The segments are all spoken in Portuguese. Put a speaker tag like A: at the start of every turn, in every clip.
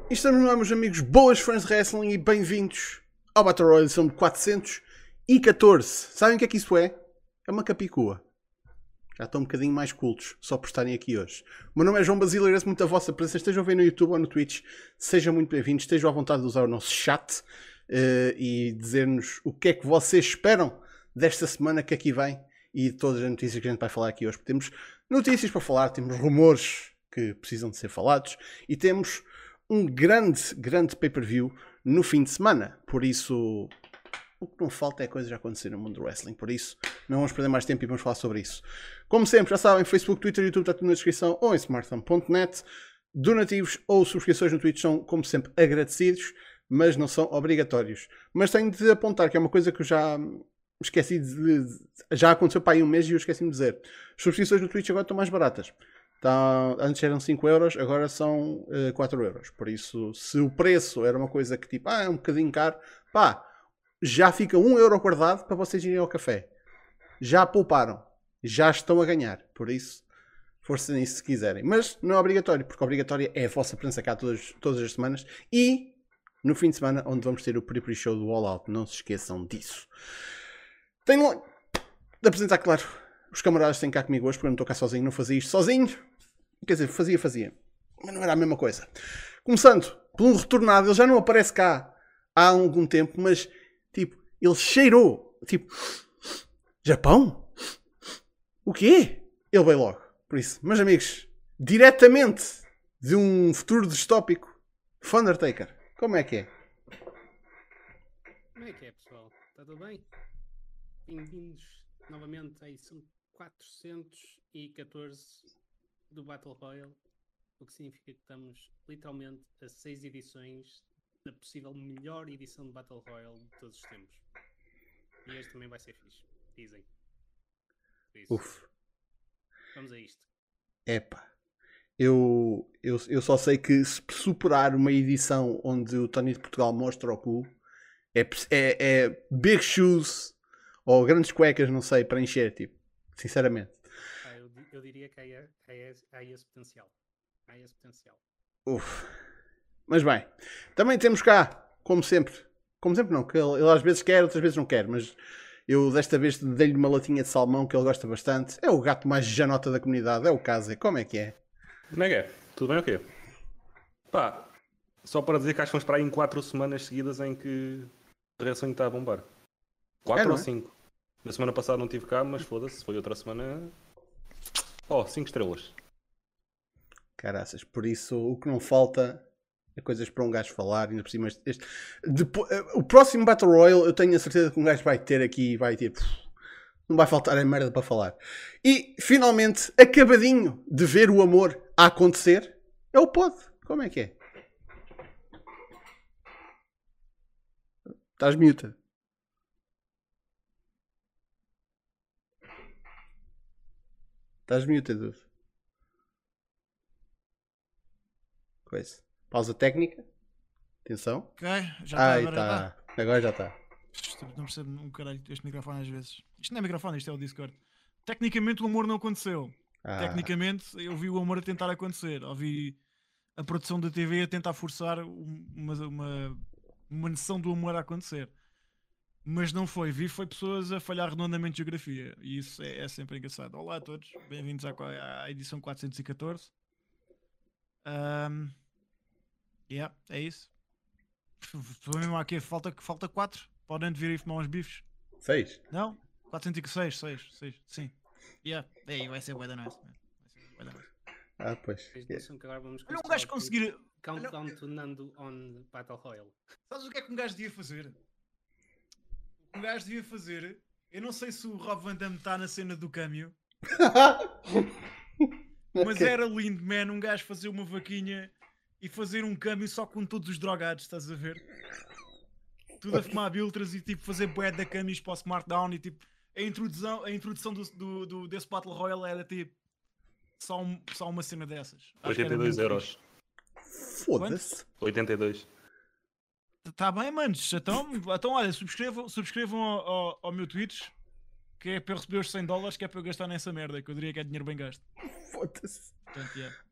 A: E estamos lá, meus amigos, boas fãs de wrestling e bem-vindos ao Battle Royale edição de 414. Sabem o que é que isso é? É uma capicua. Já estão um bocadinho mais cultos, só por estarem aqui hoje. O meu nome é João Basílio, agradeço muito a vossa presença. Estejam a ver no YouTube ou no Twitch, sejam muito bem-vindos. Estejam à vontade de usar o nosso chat e dizer-nos o que é que vocês esperam desta semana que aqui vem e de todas as notícias que a gente vai falar aqui hoje. Porque temos notícias para falar, temos rumores que precisam de ser falados e temos um grande pay-per-view no fim de semana. Por isso, o que não falta é coisas a acontecer no mundo do wrestling. Por isso, não vamos perder mais tempo e vamos falar sobre isso. Como sempre, já sabem, Facebook, Twitter, YouTube, está tudo na descrição ou em smartphone.net. Donativos ou subscrições no Twitch são, como sempre, agradecidos, mas não são obrigatórios. Mas tenho de apontar que é uma coisa que eu já esqueci já aconteceu para aí um mês e eu esqueci-me de dizer. As subscrições no Twitch agora estão mais baratas. Antes eram 5 euros, agora são 4 euros. Por isso, se o preço era uma coisa que tipo, é um bocadinho caro, pá, já fica 1 euro guardado para vocês irem ao café. Já pouparam. Já estão a ganhar. Por isso, força nisso se quiserem. Mas não é obrigatório, porque obrigatória é a vossa presença cá todas as semanas. E no fim de semana, onde vamos ter o pre-show do All Out. Não se esqueçam disso. Tenho de apresentar, claro, os camaradas que têm cá comigo hoje, porque eu não estou cá sozinho, não fazia isto sozinho. Quer dizer, fazia. Mas não era a mesma coisa. Começando por um retornado, ele já não aparece cá há algum tempo, mas, tipo, ele cheirou. Tipo, Japão? O quê? Ele veio logo. Por isso, meus amigos, diretamente de um futuro distópico, Undertaker, como é que é?
B: Como é que é, pessoal? Está tudo bem? Bem-vindos novamente à edição 414 do Battle Royale, o que significa que estamos literalmente a 6 edições da possível melhor edição de Battle Royale de todos os tempos. E este também vai ser fixe, dizem. Por isso,
A: Uf.
B: vamos a isto.
A: Epá. Eu só sei que se superar uma edição onde o Tony de Portugal mostra o cu, é big shoes ou grandes cuecas, não sei, para encher, tipo, sinceramente.
B: Eu diria que há esse potencial. Há esse potencial.
A: Uf. Mas bem, também temos cá, como sempre não, que ele às vezes quer, outras vezes não quer, mas eu desta vez dei-lhe uma latinha de salmão que ele gosta bastante. É o gato mais janota da comunidade, é o Kaze. Como é que é?
C: Como é que é? Tudo bem ou quê? Pá, só para dizer que acho que vamos para aí em 4 semanas seguidas em que o wrestling está a bombar. 4 ou 5. Na semana passada não estive cá, mas foda-se, foi outra semana. 5 estrelas.
A: Caraças, por isso o que não falta é coisas para um gajo falar. Ainda por cima o próximo Battle Royale eu tenho a certeza que um gajo vai ter aqui, vai ter. Não vai faltar a merda para falar. E finalmente, acabadinho de ver o amor a acontecer, é o Pod. Como é que é? Estás muted. Estás muted, dude. Coisa. Pausa técnica. Atenção.
D: Ok, já está.
A: Aí
D: Agora
A: está. Agora já está.
D: Não percebo um caralho este microfone às vezes. Isto não é microfone, isto é o Discord. Tecnicamente o amor não aconteceu. Tecnicamente eu vi o amor a tentar acontecer. Ouvi a produção da TV a tentar forçar uma noção do amor a acontecer. Mas não foi. Foi pessoas a falhar redondamente de geografia. E isso é sempre engraçado. Olá a todos. Bem-vindos à edição 414. É isso. Estou mesmo aqui. Falta 4. Podem vir aí fumar uns bifes.
A: 6?
D: Não? 406, 6. Sim. Vai ser bué da nice.
A: Pois.
B: Atenção que agora vamos
D: Olha um gajo conseguir...
B: Countdown to Nando on Battle Royale.
D: Sabes o que é que um gajo devia fazer? Eu não sei se o Rob Van Damme está na cena do câmbio. Mas era lindo, man, um gajo fazer uma vaquinha e fazer um câmbio só com todos os drogados, estás a ver? Tudo a fumar biltras e tipo fazer bué da câmbios para o SmackDown e tipo a introdução desse Battle Royale era tipo só uma cena dessas.
C: 82 euros.
A: Foda-se.
C: 82.
D: Tá bem, manos. Então olha, subscrevam ao meu Twitch, que é para eu receber os $100, que é para eu gastar nessa merda, que eu diria que é dinheiro bem gasto.
A: Foda-se.
D: Portanto,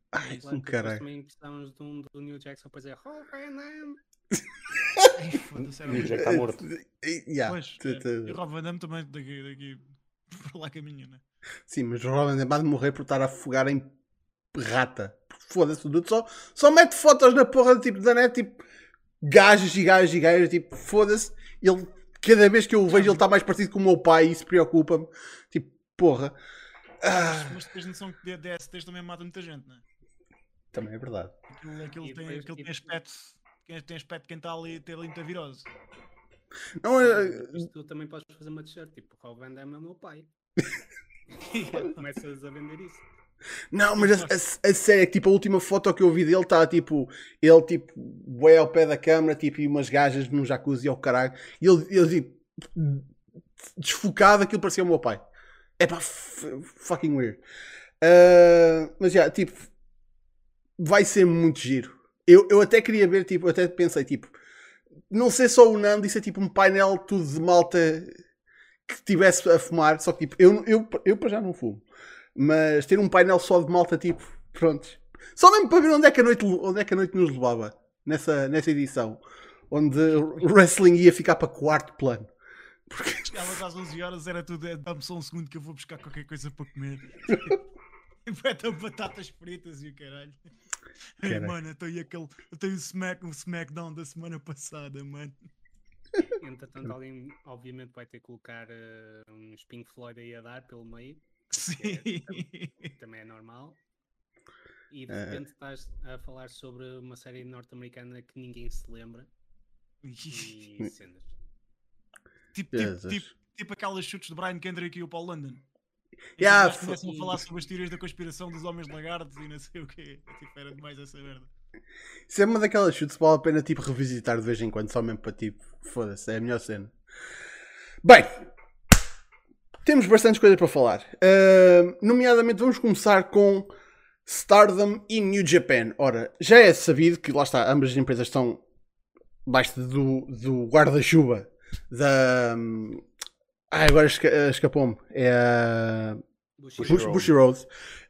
A: Ai,
B: Claro que depois
A: caralho.
B: também precisávamos de um do New Jack só para dizer Oh, Venom!
D: Ai, foda-se, era
C: New
D: muito-
C: Jack está morto.
A: Yeah,
D: Pois, e o Rob Van Damme também daqui por lá caminha, né?
A: Sim, mas o Robin é de morrer por estar a afogar em rata. Foda-se, o dude só mete fotos na porra tipo, da net, tipo, gajos e gajos e gajos, tipo, foda-se. Ele, cada vez que eu o vejo, ele está mais parecido com o meu pai e isso preocupa-me. Tipo, porra.
D: Mas tens noção que DSTs também mata muita gente, né?
A: Também é verdade.
D: Aquilo
B: E
D: tem,
B: depois,
D: aquilo tem
B: tipo-
D: aspecto. Tem aspecto de quem está ali, tem ali muita virose.
A: Não,
B: Mas tu também podes fazer uma t-shirt, tipo, o Rob Van Damme é o meu pai. Começas a vender isso.
A: não, mas a sério é que tipo, a última foto que eu vi dele está tipo, ele tipo, bué ao pé da câmara, tipo, e umas gajas num jacuzzi ao caralho, e ele tipo, desfocado, aquilo parecia o meu pai. É pá, fucking weird. Mas já, tipo, vai ser muito giro. Eu até queria ver, tipo, eu até pensei, tipo, não sei só o Nando, isso é tipo um painel tudo de malta que estivesse a fumar, só que tipo, eu para já não fumo, mas ter um painel só de malta, tipo, pronto, só mesmo para ver onde é que a noite nos levava nessa edição, onde o wrestling ia ficar para quarto plano. Porque...
D: Chegavas às 11 horas, era tudo, dá-me só um segundo que eu vou buscar qualquer coisa para comer. Então batatas fritas e o caralho.
A: Caralho.
D: Mano, eu tenho o Smackdown da semana passada, mano.
B: Entretanto, alguém obviamente vai ter que colocar uns Pink Floyd aí a dar pelo meio.
D: Sim.
B: Também é normal. E de repente estás a falar sobre uma série norte-americana que ninguém se lembra. E cenas.
D: Tipo aquelas chutes de Brian Kendrick e o Paul London. E
A: Yeah,
D: depois começam a falar sobre as teorias da conspiração dos homens lagartos e não sei o quê. Tipo, era demais essa merda.
A: Isso é uma daquelas chutes que vale a pena tipo revisitar de vez em quando, só mesmo para tipo, foda-se, é a melhor cena. Bem, temos bastantes coisas para falar. Nomeadamente, vamos começar com Stardom e New Japan. Ora, já é sabido que, lá está, ambas as empresas estão debaixo do guarda-chuva da... agora escapou-me. É a Bushiroad.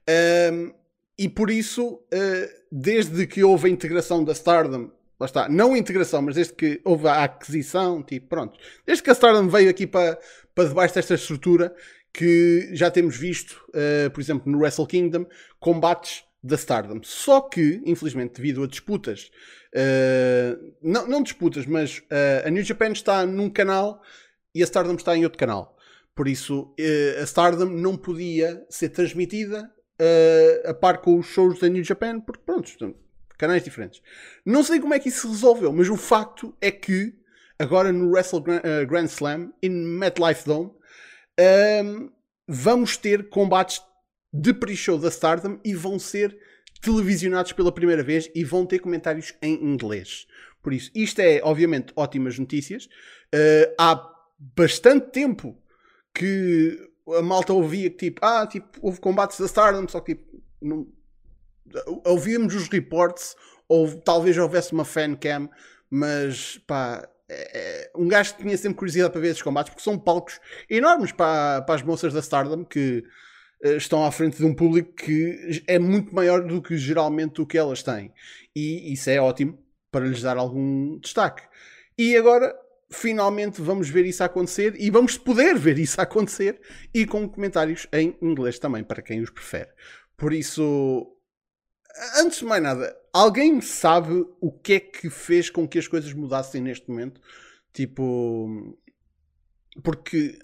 A: E por isso, desde que houve a integração da Stardom, lá está, não a integração, mas desde que houve a aquisição, tipo, pronto, desde que a Stardom veio aqui para debaixo desta estrutura, que já temos visto, por exemplo, no Wrestle Kingdom, combates da Stardom. Só que, infelizmente, devido a disputas, não disputas, mas a New Japan está num canal e a Stardom está em outro canal. Por isso, a Stardom não podia ser transmitida a par com os shows da New Japan, porque pronto, estão canais diferentes. Não sei como é que isso se resolveu, mas o facto é que agora no Wrestle Grand Slam, em MetLife Dome, vamos ter combates de pre-show da Stardom e vão ser televisionados pela primeira vez e vão ter comentários em inglês. Por isso, isto é obviamente ótimas notícias. Há bastante tempo que a malta ouvia que tipo, houve combates da Stardom, só que tipo, não... ouvíamos os reports, ou talvez houvesse uma fancam, mas pá, um gajo que tinha sempre curiosidade para ver esses combates, porque são palcos enormes para as moças da Stardom que estão à frente de um público que é muito maior do que geralmente o que elas têm. E isso é ótimo para lhes dar algum destaque. E agora finalmente vamos ver isso acontecer e vamos poder ver isso acontecer e com comentários em inglês também, para quem os prefere. Por isso, antes de mais nada, alguém sabe o que é que fez com que as coisas mudassem neste momento? Tipo, porque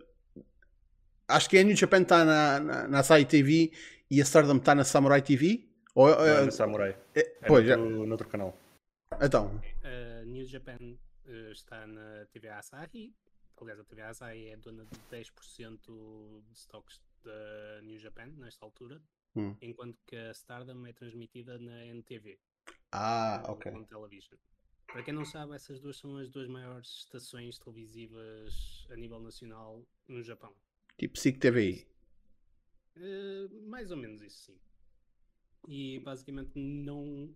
A: acho que a New Japan está na Asahi TV e a Stardom está na Samurai TV?
C: Não é na Samurai. É
A: pois,
C: noutro canal.
A: Então,
B: New Japan está na TV Asahi. Aliás, a TV Asahi é dona de 10% de stocks da New Japan nesta altura, enquanto que a Stardom é transmitida na NTV.
A: ok.
B: On Television. Para quem não sabe, essas duas são as duas maiores estações televisivas a nível nacional no Japão.
A: Tipo SIC TVI.
B: Mais ou menos isso, sim. E basicamente não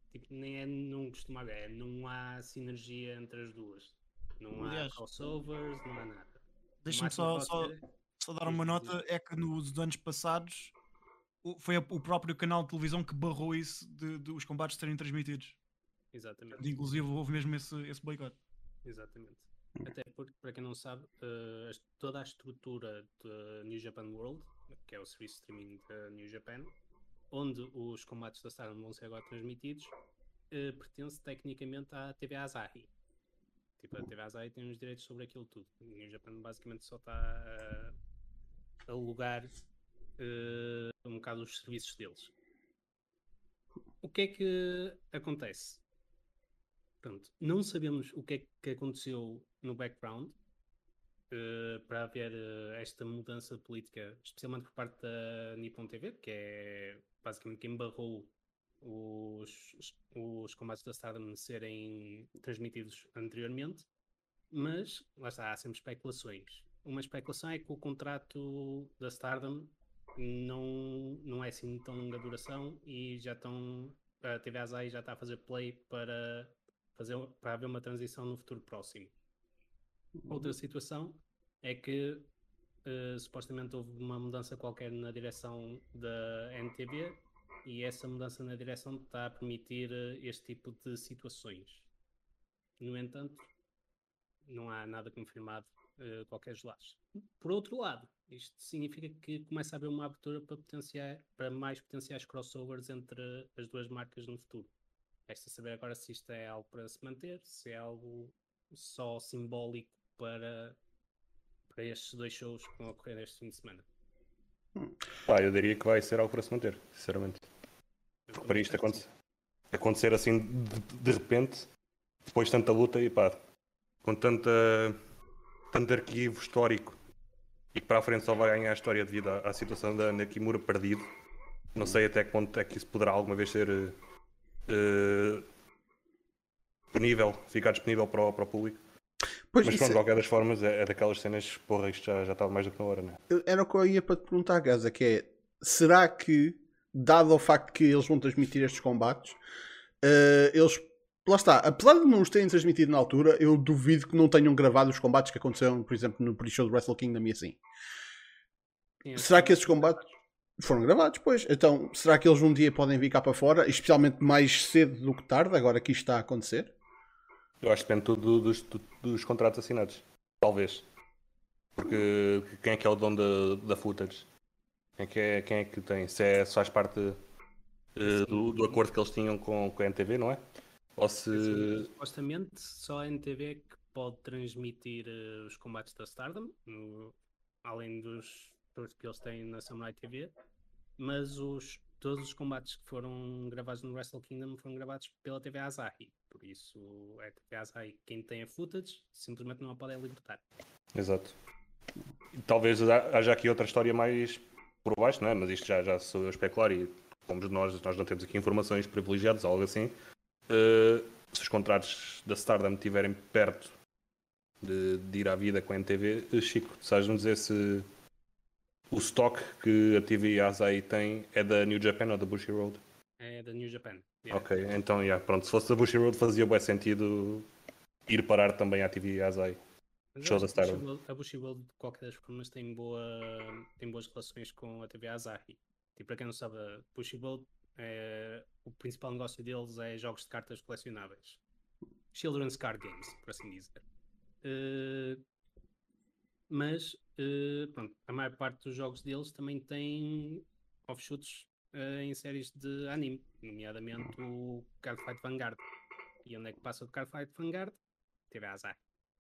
B: costuma haver, não há sinergia entre as duas. Não há crossovers, não há nada.
D: Deixa-me só dar uma nota, é que nos anos passados foi o próprio canal de televisão que barrou isso de os combates serem transmitidos.
B: Exatamente.
D: Inclusive houve mesmo esse boicote.
B: Exatamente. Até porque, para quem não sabe, toda a estrutura da New Japan World, que é o serviço de streaming da New Japan, onde os combates da Stardom vão ser agora transmitidos, pertence tecnicamente à TV Asahi. Tipo, a TV Asahi tem os direitos sobre aquilo tudo. A New Japan basicamente só está a alugar um bocado os serviços deles. O que é que acontece? Pronto, não sabemos o que é que aconteceu no background para haver esta mudança de política, especialmente por parte da Nippon TV, que é basicamente quem barrou os combates da Stardom serem transmitidos anteriormente, mas lá está, há sempre especulações. Uma especulação é que o contrato da Stardom não é assim de tão longa duração e a TV Asahi já está a fazer play para haver uma transição no futuro próximo. Outra situação é que supostamente houve uma mudança qualquer na direção da NTV e essa mudança na direção está a permitir este tipo de situações. No entanto, não há nada confirmado de qualquer lados. Por outro lado, isto significa que começa a haver uma abertura para mais potenciais crossovers entre as duas marcas no futuro. Resta saber agora se isto é algo para se manter, se é algo só simbólico para estes dois shows que vão ocorrer este fim de semana.
C: Eu diria que vai ser algo para se manter, sinceramente. Porque para isto acontecer assim de repente, depois de tanta luta e com tanto arquivo histórico e que para a frente só vai ganhar a história devido à situação da Nakamura perdido, não sei até que ponto é que isso poderá alguma vez ser ficar disponível para o público.
A: Pois,
C: mas pronto, de qualquer das formas é daquelas cenas, porra, isto já estava mais do que na hora, não é?
A: Era o que eu ia para te perguntar, Gaza, que é, será que, dado ao facto que eles vão transmitir estes combates, eles, lá está, apesar de não os terem transmitido na altura, eu duvido que não tenham gravado os combates que aconteceram, por exemplo, no pre-show do Wrestle Kingdom e assim. Será que esses combates foram gravados? Pois, então, será que eles um dia podem vir cá para fora, especialmente mais cedo do que tarde, agora que isto está a acontecer?
C: Eu acho que depende tudo dos contratos assinados. Talvez. Porque quem é que é o dono da footage? Quem é que tem? Se faz parte do acordo que eles tinham com a NTV, não é? Ou se...
B: Sim, supostamente só a NTV que pode transmitir os combates da Stardom, além dos que eles têm na Samurai TV, mas todos os combates que foram gravados no Wrestle Kingdom foram gravados pela TV Asahi. Por isso, é a TV Asahi quem tem a footage, simplesmente não a podem libertar.
C: Exato. Talvez haja aqui outra história mais por baixo, não é? Mas isto já sou eu a especular e como nós não temos aqui informações privilegiadas ou algo assim, se os contratos da Stardom estiverem perto de ir à vida com a NTV, Chico, sabes-me dizer se o stock que a TV Asahi tem é da New Japan ou da Bushiroad?
B: É da New Japan. Yeah.
C: Ok, então, pronto, se fosse da Bushiroad fazia bem sentido ir parar também à TV Asahi. Show da Stardom.
B: A Bushiroad, de qualquer das formas, tem boas relações com a TV Asahi. Tipo, para quem não sabe, a Bushiroad, o principal negócio deles é jogos de cartas colecionáveis. Children's Card Games, por assim dizer. Mas, pronto, a maior parte dos jogos deles também tem offshoots em séries de anime, nomeadamente o Cardfight Vanguard. E onde é que passa o Cardfight Vanguard? TV Asahi.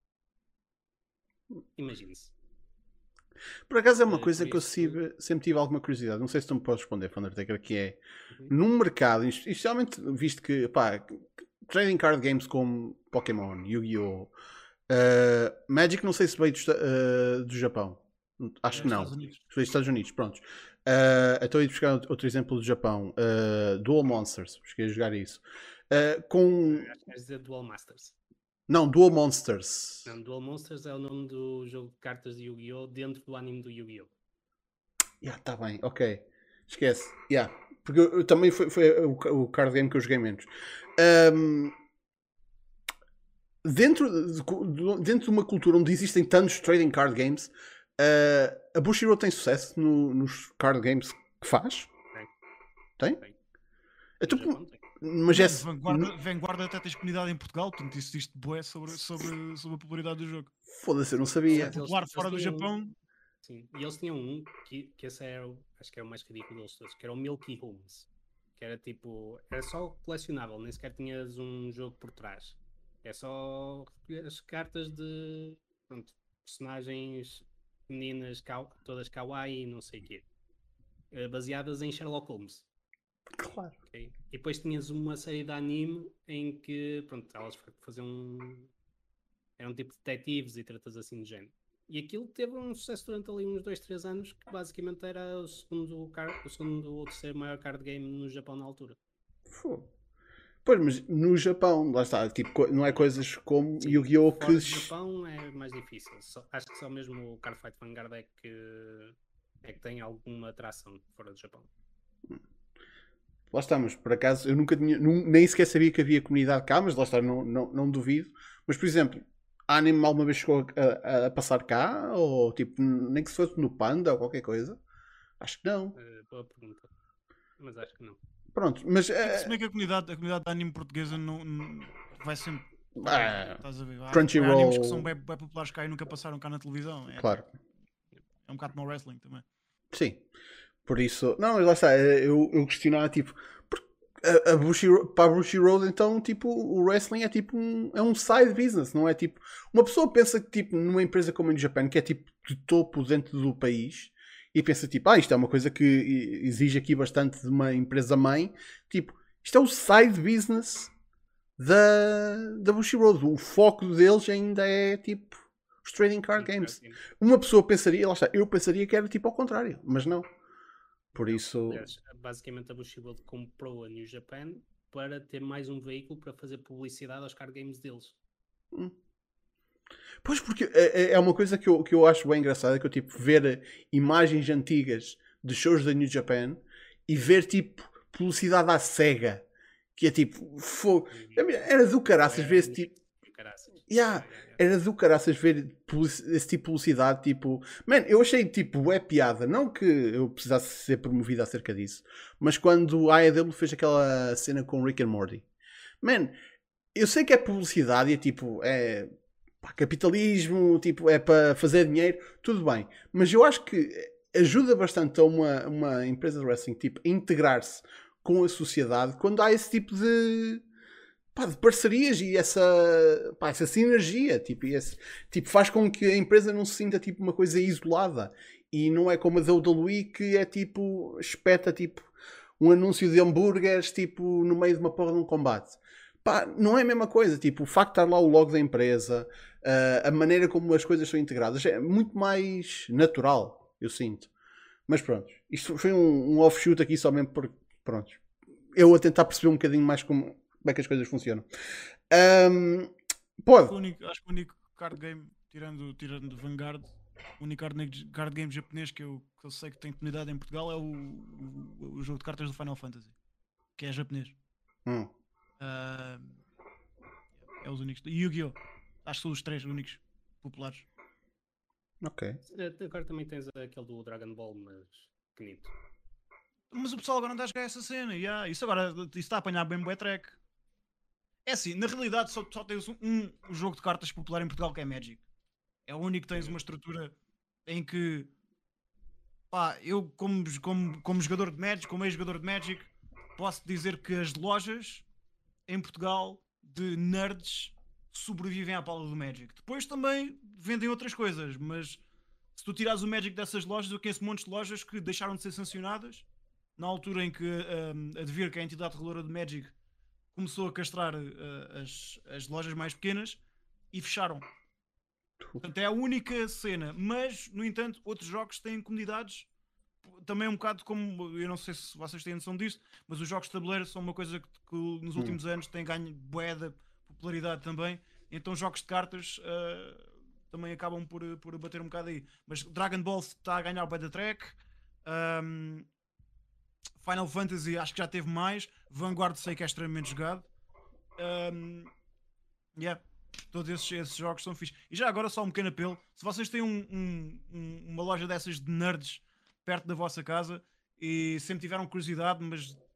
B: Imagine-se.
A: Por acaso é uma coisa que eu sempre tive alguma curiosidade. Não sei se tu me podes responder, Undertaker, que é num mercado, especialmente visto que trading card games como Pokémon, Yu-Gi-Oh! Magic não sei se veio do Japão. Acho que não. Veio dos Estados Unidos, prontos. Então eu ia buscar outro exemplo do Japão. Duel Monsters. Cheguei a jogar isso.
B: Acho que queres dizer Duel Masters.
A: Não, Duel Monsters.
B: Não, Duel Monsters é o nome do jogo de cartas de Yu-Gi-Oh! Dentro do anime do Yu-Gi-Oh!
A: Tá bem, ok. Esquece. Porque eu também foi o card game que eu joguei menos. Dentro de uma cultura onde existem tantos trading card games, a Bushiroad tem sucesso nos card games que faz? Tem?
B: Tem.
A: Então,
B: No Japão tem.
A: mas é.
D: Vanguard até tens comunidade em Portugal, portanto isso diz-te bué sobre a popularidade do jogo.
A: Foda-se, eu não
D: É
A: sabia.
B: Mas
D: popular
B: eles
D: fora do
B: tinham
D: Japão.
B: Sim, e eles tinham um que esse era, acho que era o mais ridículo deles todos, que era o Milky Homes. Que era tipo, era só colecionável, nem sequer tinhas um jogo por trás. É só recolher as cartas de pronto, personagens meninas todas kawaii e não sei o quê. Baseadas em Sherlock Holmes.
A: Claro.
B: Ok? E depois tinhas uma série de anime em que pronto, elas faziam eram tipo detetives e tratas assim de género. E aquilo teve um sucesso durante ali uns 2, 3 anos, que basicamente era o segundo ou terceiro maior card game no Japão na altura.
A: Fogo. Pois, mas no Japão, lá está, tipo, não é coisas como
B: Sim,
A: Yu-Gi-Oh!
B: fora
A: Que.
B: do Japão é mais difícil. Acho que só mesmo o Cardfight Vanguard é que tem alguma atração fora do Japão.
A: Lá está, mas por acaso eu nunca tinha, nem sequer sabia que havia comunidade cá, mas lá está, não duvido. Mas por exemplo, a anime alguma vez chegou a passar cá? Ou tipo, nem que se fosse no Panda ou qualquer coisa? Acho que não.
B: Boa pergunta. Mas acho que não.
A: Pronto, mas.
D: Se bem que a comunidade de anime portuguesa não vai sempre. Estás a ver? Há
A: Crunchyroll.
D: animes que são bem populares cá e nunca passaram cá na televisão.
A: Claro.
D: É um bocado como o wrestling também.
A: Sim. Por isso. Não, mas lá está, eu questionava tipo. Para a Bushiroad, então, tipo, o wrestling é tipo é um side business, não é tipo. Uma pessoa pensa que, tipo, numa empresa como a New Japan, que é tipo de topo dentro do país, e pensa tipo, isto é uma coisa que exige aqui bastante de uma empresa mãe. Tipo, isto é o side business da Bushiroad. O foco deles ainda é tipo os trading card games. Uma pessoa pensaria, lá está, eu pensaria que era tipo ao contrário, mas não. Por isso.
B: Basicamente a Bushiroad comprou a New Japan para ter mais um veículo para fazer publicidade aos card games deles.
A: Pois, porque é uma coisa que eu acho bem engraçada, que eu tipo ver imagens antigas de shows da New Japan e ver tipo publicidade à cega, que é tipo fogo. Era do caraças ver esse tipo. Era do caraças ver esse tipo de publicidade, tipo... Man, eu achei, tipo, piada. Não que eu precisasse ser promovido acerca disso. Mas quando a AEW fez aquela cena com Rick and Morty. Man, eu sei que é publicidade e é tipo... É capitalismo, tipo, é para fazer dinheiro. Tudo bem. Mas eu acho que ajuda bastante a uma empresa de wrestling, tipo, a integrar-se com a sociedade quando há esse tipo de parcerias e essa sinergia, tipo, faz com que a empresa não se sinta tipo uma coisa isolada e não é como a da WWE que é tipo, espeta tipo um anúncio de hambúrgueres tipo no meio de uma porra de um combate. Não é a mesma coisa, tipo, o facto de estar lá o logo da empresa, a maneira como as coisas são integradas é muito mais natural, eu sinto. Mas pronto, isto foi um offshoot aqui só mesmo porque, pronto, eu a tentar perceber um bocadinho mais como é que as coisas funcionam. Pode.
D: Acho que o único card game, tirando Vanguard, o único card game japonês que eu sei que tem comunidade em Portugal é o jogo de cartas do Final Fantasy, que é japonês. É os únicos. E Yu-Gi-Oh! Acho que são os 3 únicos populares.
A: Ok.
B: Agora também tens aquele do Dragon Ball, mas pequenito.
D: Mas o pessoal agora não está a jogar essa cena. Isso agora está a apanhar bem bué track. É assim, na realidade só tens um jogo de cartas popular em Portugal que é Magic. É o único que tens uma estrutura em que eu como jogador de Magic, como ex-jogador de Magic, posso dizer que as lojas em Portugal de nerds sobrevivem à pala do Magic. Depois também vendem outras coisas, mas se tu tirares o Magic dessas lojas, eu conheço montes de lojas que deixaram de ser sancionadas na altura em que a Devir, que é a entidade reguladora de Magic, começou a castrar as lojas mais pequenas e fecharam. Portanto, é a única cena. Mas, no entanto, outros jogos têm comunidades também um bocado como, eu não sei se vocês têm noção disso, mas os jogos de tabuleiro são uma coisa que nos últimos anos têm ganho bué de popularidade também. Então jogos de cartas também acabam por bater um bocado aí. Mas Dragon Ball está a ganhar bué da track. Final Fantasy acho que já teve mais. Vanguard sei que é extremamente jogado. Todos esses jogos são fixe. E já agora só um pequeno apelo: se vocês têm uma loja dessas de nerds perto da vossa casa e sempre tiveram curiosidade, mas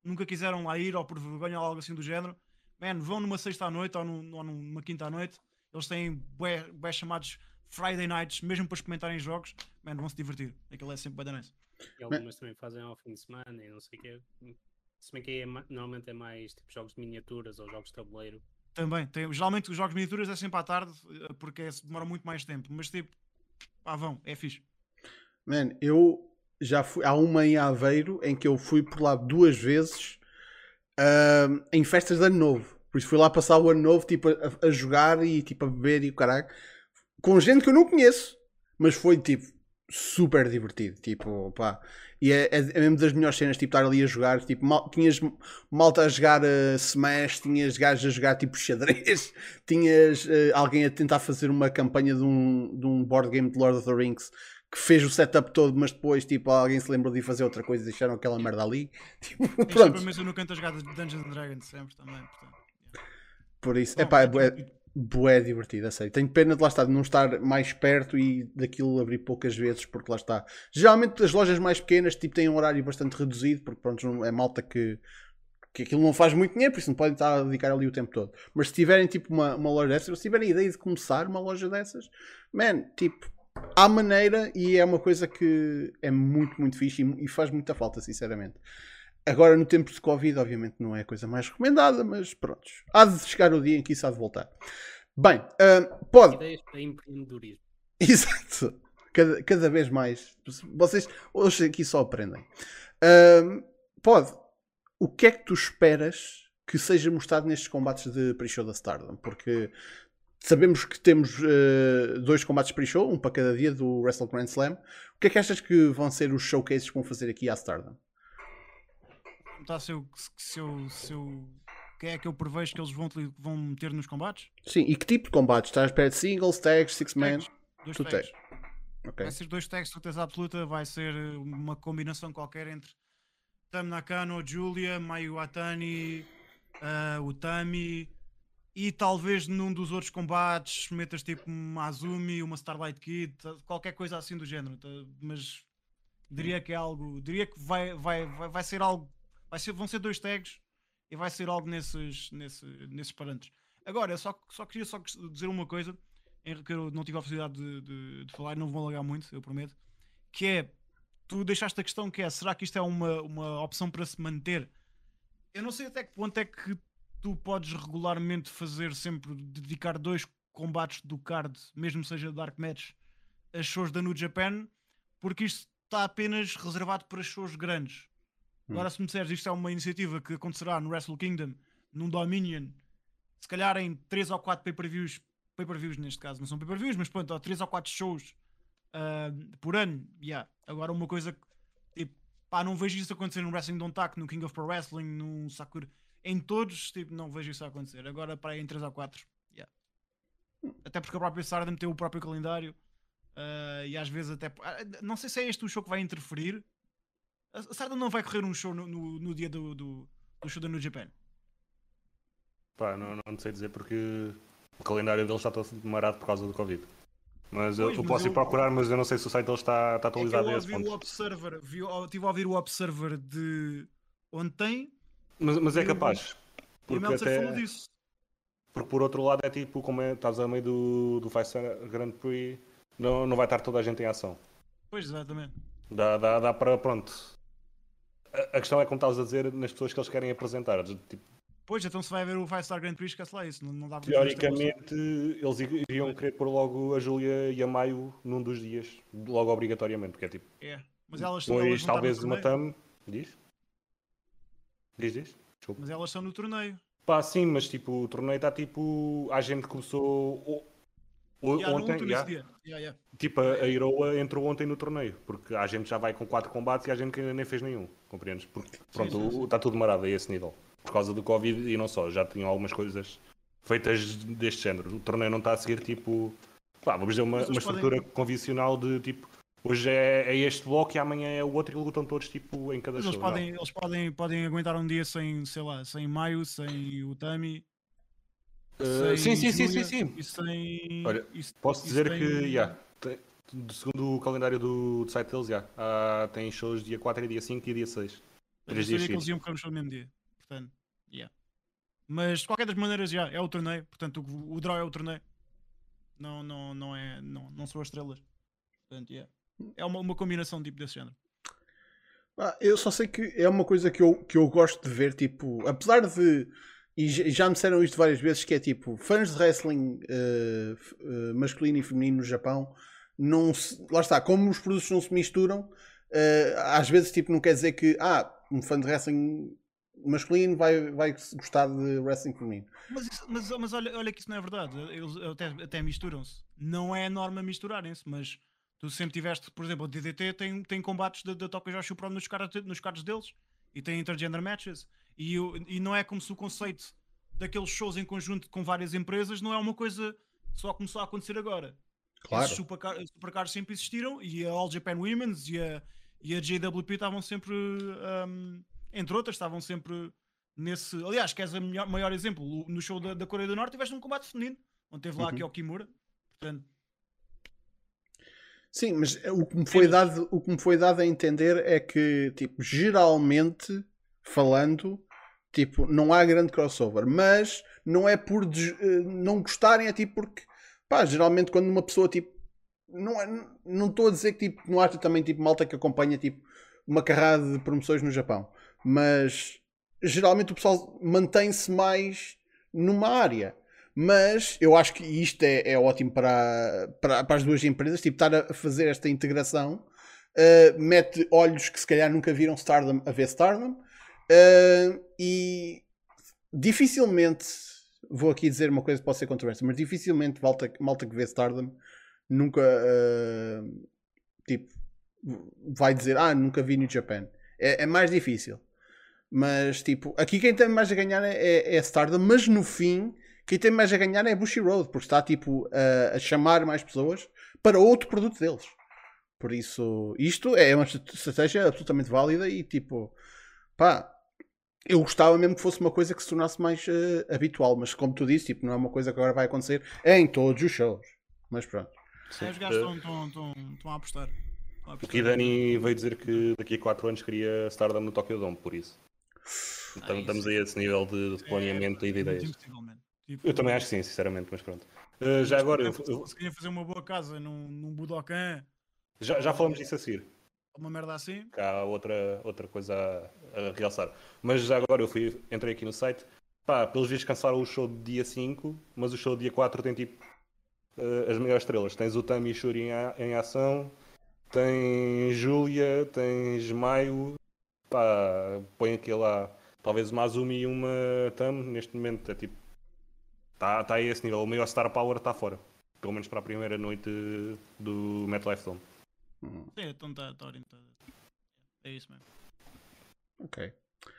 D: nunca quiseram lá ir ou por vergonha ou algo assim do género, man, vão numa sexta à noite ou numa quinta à noite, eles têm bué chamados Friday Nights, mesmo para experimentarem jogos, man, vão se divertir. Aquilo é sempre bem nice.
B: E algumas também fazem ao fim de semana e não sei o quê. Se bem que normalmente é mais tipo jogos de miniaturas ou jogos de tabuleiro.
D: Também, geralmente os jogos de miniaturas é sempre à tarde, porque demora muito mais tempo, mas tipo, vão, é fixe.
A: Man, eu já fui. Há uma em Aveiro em que eu fui por lá 2 vezes em festas de ano novo. Por isso fui lá passar o ano novo tipo, a jogar e tipo, a beber e o caralho. Com gente que eu não conheço. Mas foi tipo super divertido. Tipo, pá. E é mesmo das melhores cenas, tipo, estar ali a jogar. Tipo, tinhas malta a jogar Smash, tinhas gajos a jogar tipo xadrez, tinhas alguém a tentar fazer uma campanha de um board game de Lord of the Rings que fez o setup todo, mas depois tipo, alguém se lembrou de ir fazer outra coisa e deixaram aquela merda ali. Tipo,
D: Sempre
A: pronto.
D: a mesma no canto a jogar de Dungeons and Dragons, sempre também. Portanto, yeah.
A: Por isso,
D: Bom,
A: epá, bué divertido, a sério. Tenho pena de lá estar, de não estar mais perto e daquilo abrir poucas vezes, porque lá está. Geralmente as lojas mais pequenas tipo, têm um horário bastante reduzido, porque pronto, é malta que aquilo não faz muito dinheiro, por isso não podem estar a dedicar ali o tempo todo. Mas se tiverem tipo uma loja dessas, se tiverem a ideia de começar uma loja dessas, man, tipo, há maneira e é uma coisa que é muito, muito fixe e faz muita falta, sinceramente. Agora, no tempo de Covid, obviamente não é a coisa mais recomendada, mas pronto. Há de chegar o dia em que isso há de voltar. Bem, pode.
B: Ideias para empreendedorismo.
A: Exato. Cada vez mais. Vocês hoje aqui só aprendem. Pode. O que é que tu esperas que seja mostrado nestes combates de pre-show da Stardom? Porque sabemos que temos 2 combates pre-show, um para cada dia do Wrestle Grand Slam. O que é que achas que vão ser os showcases que vão fazer aqui à Stardom?
D: Tá, quem é que eu prevejo que eles vão meter nos combates?
A: Sim, e que tipo de combates? Estás à espera de singles, tags, six-man?
D: 2
A: Tu
D: tags.
A: Okay.
D: Vai ser 2 tags, certeza absoluta. Vai ser uma combinação qualquer entre Tam Nakano, Julia, Mayu Atani, Utami e talvez num dos outros combates metas tipo uma Azumi, uma Starlight Kid, qualquer coisa assim do género. Mas diria que é algo. Diria que vai ser algo. Vão ser 2 tags e vai ser algo nesses parâmetros. Agora, eu só queria dizer uma coisa que eu não tive a oportunidade de falar, não vou alargar muito, eu prometo, que é, tu deixaste a questão que é, será que isto é uma opção para se manter? Eu não sei até que ponto é que tu podes regularmente fazer sempre, dedicar 2 combates do card, mesmo seja Dark Match, a shows da New Japan, porque isto está apenas reservado para shows grandes. Agora, se me disseres isto é uma iniciativa que acontecerá no Wrestle Kingdom, num Dominion, se calhar em 3 ou 4 pay-per-views neste caso, não são pay-per-views, mas pronto, 3 ou 4 shows por ano, yeah. Agora uma coisa que, tipo, não vejo isso acontecer no Wrestling Don't Talk, no King of Pro Wrestling, no Sakura, em todos, tipo, não vejo isso acontecer. Agora para aí em 3 ou 4, yeah. Até porque a própria Stardom tem o próprio calendário e às vezes até, não sei se é este o show que vai interferir. A Stardom não vai correr um show no dia do show da New Japan.
C: Pá, não sei dizer porque o calendário deles está todo marado por causa do Covid. Mas eu posso ir procurar, mas eu não sei se o site deles está atualizado a esse ponto.
D: Estive a ouvir o Observer de ontem.
C: Mas é capaz.
D: E o Meltzer falou disso.
C: Porque por outro lado é tipo, como estás a meio do Five Star Grand Prix, não vai estar toda a gente em ação.
D: Pois, exatamente.
C: Dá para, pronto. A questão é como estavas a dizer nas pessoas que eles querem apresentar. Tipo,
D: pois, então se vai haver o Five Star Grand Prix, esquece lá isso. Não dá
C: teoricamente, eles iriam querer pôr logo a Júlia e a Maio num dos dias, logo obrigatoriamente, porque é tipo.
D: É, mas elas
C: depois talvez uma Tam. Diz? Desculpa.
D: Mas elas são no torneio.
C: Pá, sim, mas tipo, o torneio está tipo. A gente começou ontem. Tipo, a Iroa entrou ontem no torneio, porque a gente já vai com 4 combates e a gente que ainda nem fez nenhum, compreendes? Porque pronto, está tudo marado a esse nível. Por causa do Covid e não só, já tinham algumas coisas feitas deste género. O torneio não está a seguir tipo. Pá, vamos dizer uma estrutura convencional de tipo. Hoje é este bloco e amanhã é o outro e lutam todos tipo em cada show.
D: Eles podem aguentar um dia sem, sei lá, sem Maio, sem Utami.
C: Sim. Olha, posso dizer que segundo o calendário do site deles, tem shows dia 4 e dia 5 e dia 6.
D: Eu
C: 3
D: sabia
C: dias
D: que eles
C: seguidos.
D: iam ficar no show no mesmo dia. Portanto, yeah. Mas de qualquer das maneiras, já é o torneio. Portanto, o draw é o torneio. Não são as estrelas. Portanto, yeah. É uma combinação tipo desse género.
A: Eu só sei que é uma coisa que eu gosto de ver, tipo, apesar de. E já me disseram isto várias vezes, que é tipo, fãs de wrestling masculino e feminino no Japão, não se, lá está, como os produtos não se misturam, às vezes tipo, não quer dizer que um fã de wrestling masculino vai gostar de wrestling feminino.
D: Mas olha que isso não é verdade. Eles até misturam-se. Não é a norma misturarem-se, mas tu sempre tiveste, por exemplo, o DDT tem combates da Tokyo Joshi Pro nos cards deles e tem intergender matches. E não é como se o conceito daqueles shows em conjunto com várias empresas não é uma coisa que só começou a acontecer agora.
A: Claro.
D: Esses supercars sempre existiram e a All Japan Women's e a JWP estavam sempre, entre outras, estavam sempre nesse. Aliás, queres o maior exemplo? No show da Coreia do Norte tiveste um combate feminino, onde teve lá aqui o Kimura. Portanto,
A: sim, mas o que me foi dado a entender é que, tipo, geralmente falando, tipo, não há grande crossover, mas não é por não gostarem, é tipo porque, pá, geralmente quando uma pessoa, tipo, não estou a dizer que, tipo, não há também, tipo, malta que acompanha, tipo, uma carrada de promoções no Japão, mas geralmente o pessoal mantém-se mais numa área. Mas eu acho que isto é ótimo para as duas empresas, tipo, estar a fazer esta integração, mete olhos que se calhar nunca viram Stardom a ver Stardom, e dificilmente, vou aqui dizer uma coisa que pode ser controversa, mas dificilmente malta que vê Stardom nunca tipo, vai dizer nunca vi New Japan. É mais difícil. Mas tipo, aqui quem tem mais a ganhar é Stardom, mas no fim quem tem mais a ganhar é Bushiroad, porque está tipo a chamar mais pessoas para outro produto deles. Por isso, isto é uma estratégia absolutamente válida e tipo, pá, eu gostava mesmo que fosse uma coisa que se tornasse mais habitual, mas como tu disse, tipo, não é uma coisa que agora vai acontecer em todos os shows. Mas pronto.
D: os gajos estão a apostar.
C: O Kidani veio dizer que daqui a 4 anos queria Stardom no Tokyo Dome, por isso. Então estamos aí a esse nível de planeamento e de ideias.
D: Tipo,
C: Eu também acho que sim, sinceramente, mas pronto. Já agora,
D: se queria fazer uma boa casa num Budokan,
C: já falamos disso a seguir.
D: uma merda assim.
C: Que há outra coisa a realçar. Mas já agora entrei aqui no site. Pá, pelos vistos cancelaram o show de dia 5, mas o show de dia 4 tem tipo as maiores estrelas. Tens o Tami e Shuri em ação, tens Júlia, tens Maio, pá, põe aqui lá, talvez uma Azumi e uma Tam, neste momento é tipo, está a esse nível, o maior Star Power está fora, pelo menos para a primeira noite do MetLife Dome.
D: Sim, então está orientado. É isso mesmo.
A: Ok.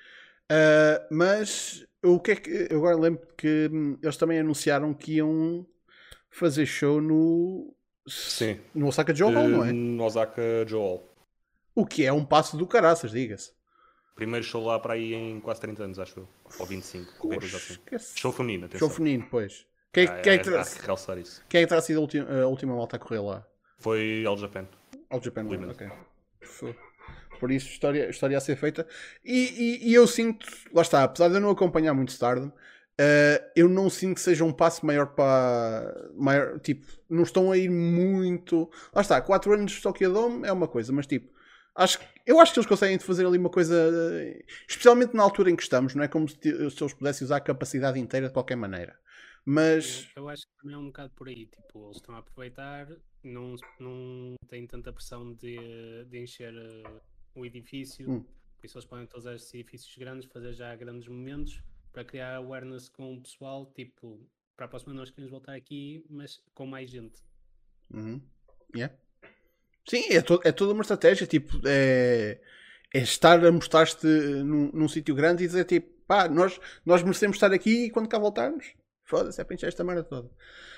A: Mas o que é que. Eu agora lembro que eles também anunciaram que iam fazer show no Osaka Joe Hall, não é?
C: No Osaka Joe Hall.
A: O que é um passo do caraças, diga-se.
C: Primeiro show lá para aí em quase 30 anos, acho eu. Ou 25, qualquer coisa assim. Show feminino, atenção.
A: Show feminino, pois. Quem é que
C: realçar isso.
A: Quem é que terá sido a última malta a correr lá?
C: Foi All Japan.
A: All Japan, ok. Por isso, história a ser feita. E eu sinto, lá está, apesar de eu não acompanhar muito Stardom, eu não sinto que seja um passo maior para. Tipo, não estão a ir muito. Lá está, 4 anos de Tokyo Dome é uma coisa, mas tipo, eu acho que eles conseguem fazer ali uma coisa, especialmente na altura em que estamos, não é como se eles pudessem usar a capacidade inteira de qualquer maneira. Mas.
B: Eu acho que também é um bocado por aí. Tipo, eles estão a aproveitar, não têm tanta pressão de encher o edifício, por isso eles podem usar esses edifícios grandes, fazer já grandes momentos para criar awareness com o pessoal. Tipo, para a próxima nós queremos voltar aqui, mas com mais gente.
A: Yeah. Sim, é toda uma estratégia. Tipo, é estar a mostrar-te num sítio grande e dizer tipo, pá, nós merecemos estar aqui e quando cá voltarmos. Foda-se, é para encher esta merda toda.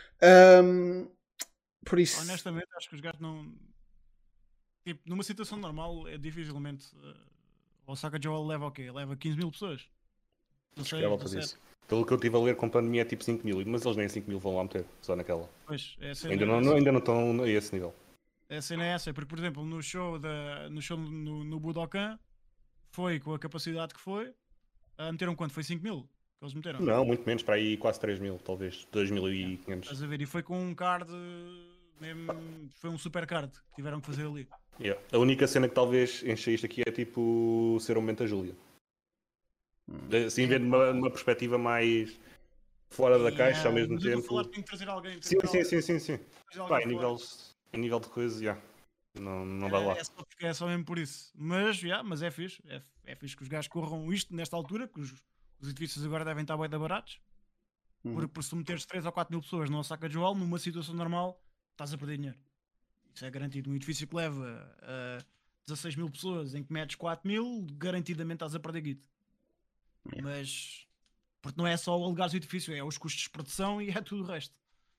A: Por isso.
D: Honestamente, acho que os gajos não. Tipo, numa situação normal, é dificilmente. O Osaka Joe leva o quê? Leva 15 mil pessoas. Não sei.
C: Pelo que eu estive a ler, com pandemia é tipo 5 mil, mas eles nem 5 mil vão lá meter, só naquela.
D: Pois,
C: ainda não estão a esse nível.
D: A cena é essa, porque por exemplo, no show no Budokan foi com a capacidade que foi. Meteram quanto? Foi 5 mil que eles meteram?
C: Não, muito menos, para aí quase 3 mil, talvez. 2.500.
D: Estás a ver? E foi com um card mesmo. Foi um super card que tiveram que fazer ali.
C: Yeah. A única cena que talvez encha isto aqui é tipo ser um momento a Júlia. Assim, vendo uma perspectiva mais fora da caixa ao mesmo
D: mas eu
C: tempo.
D: vou falar que tenho que trazer alguém.
C: Sim.
D: trazer
C: Pá,
D: alguém fora.
C: em nível de coisa, já. Não dá lá.
D: É só mesmo por isso. Mas é fixe. É fixe que os gajos corram isto nesta altura, que os edifícios agora devem estar bem da baratos. Porque por se meteres 3 ou 4 mil pessoas no Osaka Joel, numa situação normal, estás a perder dinheiro. Isso é garantido. Um edifício que leva 16 mil pessoas, em que metes 4 mil, garantidamente estás a perder guito. Mas porque não é só o alugar o edifício, é os custos de produção e é tudo o resto.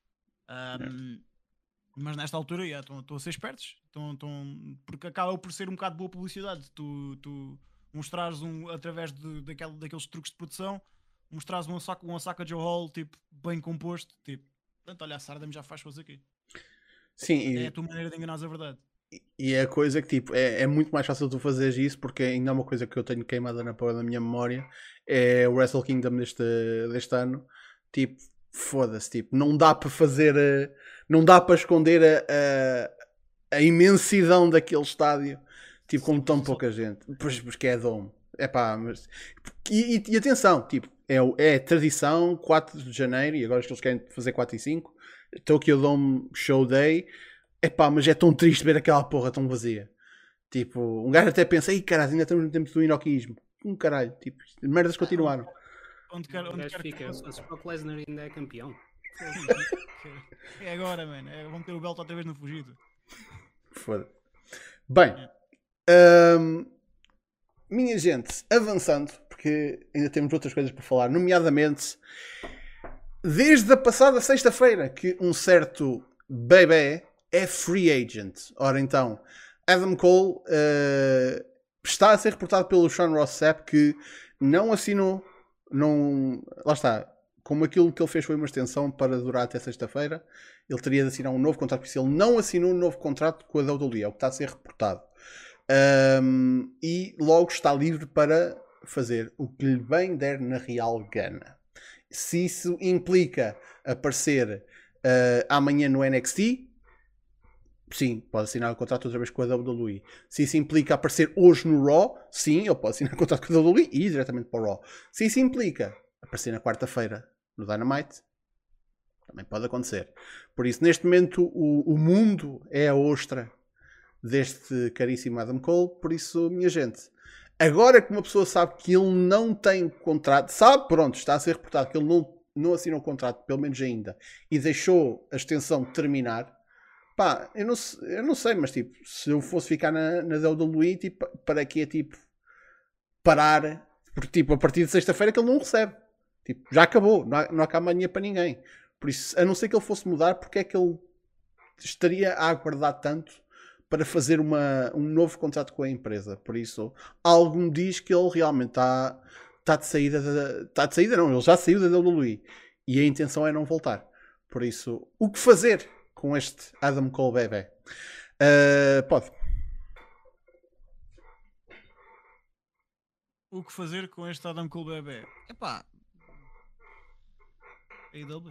D: Mas nesta altura estão a ser espertos, porque acaba por ser um bocado boa publicidade. Tu mostrares através daqueles truques de produção, mostrares um Osaka Joe Hall tipo, bem composto, tipo, portanto, olha, a Sardam já faz coisa aqui.
A: Sim,
D: É a tua maneira de enganares a verdade.
A: e é a coisa que tipo, é muito mais fácil tu fazeres isso, porque ainda há uma coisa que eu tenho queimada na minha memória, é o Wrestle Kingdom deste ano. Tipo, foda-se, tipo, não dá para fazer, não dá para esconder a imensidão daquele estádio, tipo, com tão pouca gente. Pois, porque é Dome. É pá, mas... E atenção, tipo, é tradição, 4 de janeiro, e agora que eles querem fazer 4 e 5, Tokyo Dome Show Day. Epá, mas é tão triste ver aquela porra tão vazia. Tipo, um gajo até pensa, ei caralho, ainda estamos no tempo do inoquismo. Caralho, tipo, merdas continuaram.
D: Onde quer
B: fica, se o Brock Lesnar ainda é campeão.
D: É agora, mano. Vão ter o belt outra vez no fugido.
A: Foda. Bem, minha gente, avançando, porque ainda temos outras coisas para falar, nomeadamente, desde a passada sexta-feira que um certo bebê é free agent. Ora então, Adam Cole está a ser reportado pelo Sean Ross Sapp que não assinou, lá está, como aquilo que ele fez foi uma extensão para durar até sexta-feira, ele teria de assinar um novo contrato, porque se ele não assinou um novo contrato com a WWE, é o que está a ser reportado. E logo está livre para fazer o que lhe bem der na real gana. Se isso implica aparecer amanhã no NXT, sim, pode assinar o contrato outra vez com a WWE. Se isso implica aparecer hoje no Raw, sim, ele pode assinar o contrato com a WWE e ir diretamente para o Raw. Se isso implica aparecer na quarta-feira no Dynamite, também pode acontecer. Por isso, neste momento, o mundo é a ostra deste caríssimo Adam Cole. Por isso, minha gente, agora que uma pessoa sabe que ele não tem contrato, sabe, pronto, está a ser reportado que ele não assinou o contrato, pelo menos ainda, e deixou a extensão terminar, pá, eu não sei, mas tipo, se eu fosse ficar na WWE, tipo, para que é tipo parar, porque tipo, a partir de sexta-feira que ele não recebe, tipo, já acabou, não há cá amanhã para ninguém. Por isso, a não ser que ele fosse mudar, porque é que ele estaria a aguardar tanto para fazer um novo contrato com a empresa? Por isso, algo me diz que ele realmente está de saída está de saída não, ele já saiu da WWE e a intenção é não voltar. Por isso, o que fazer com este Adam Cole bebê? Pode.
D: O que fazer com este Adam Cole bebê? Epá, AEW.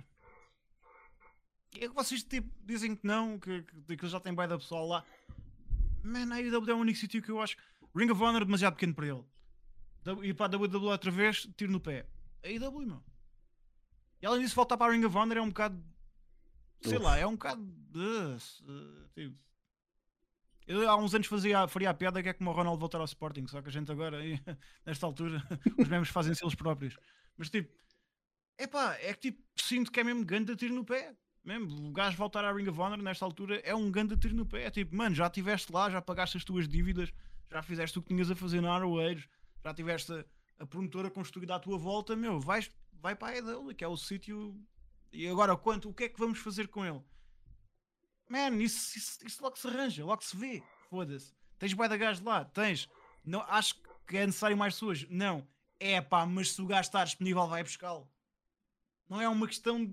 D: É que vocês tipo, dizem que não, que ele já tem bué da pessoal lá. Man, a AEW é o único sítio que eu acho. Ring of Honor é demasiado pequeno para ele. E para a WWE outra vez, tiro no pé. A AEW, meu. E além disso, voltar para a Ring of Honor é um bocado. Sei lá, é um bocado. Tipo, eu há uns anos faria a piada que é como o Ronaldo voltar ao Sporting, só que a gente agora, nesta altura, os membros fazem-se eles próprios. Mas tipo, epá, é que tipo, sinto que é mesmo ganda tiro no pé. Mesmo, o gajo voltar à Ring of Honor nesta altura é um ganda tiro no pé. É tipo, mano, já estiveste lá, já pagaste as tuas dívidas, já fizeste o que tinhas a fazer na Arrowhead, já tiveste a promotora construída à tua volta, meu, vai para a AEW, que é o sítio. E agora, o que é que vamos fazer com ele? Man, isso logo se arranja, logo se vê. Foda-se. Tens bué da gajo lá? Tens. Não, acho que é necessário mais pessoas? Não. É pá, mas se o gajo está disponível, vai buscá-lo. Não é uma questão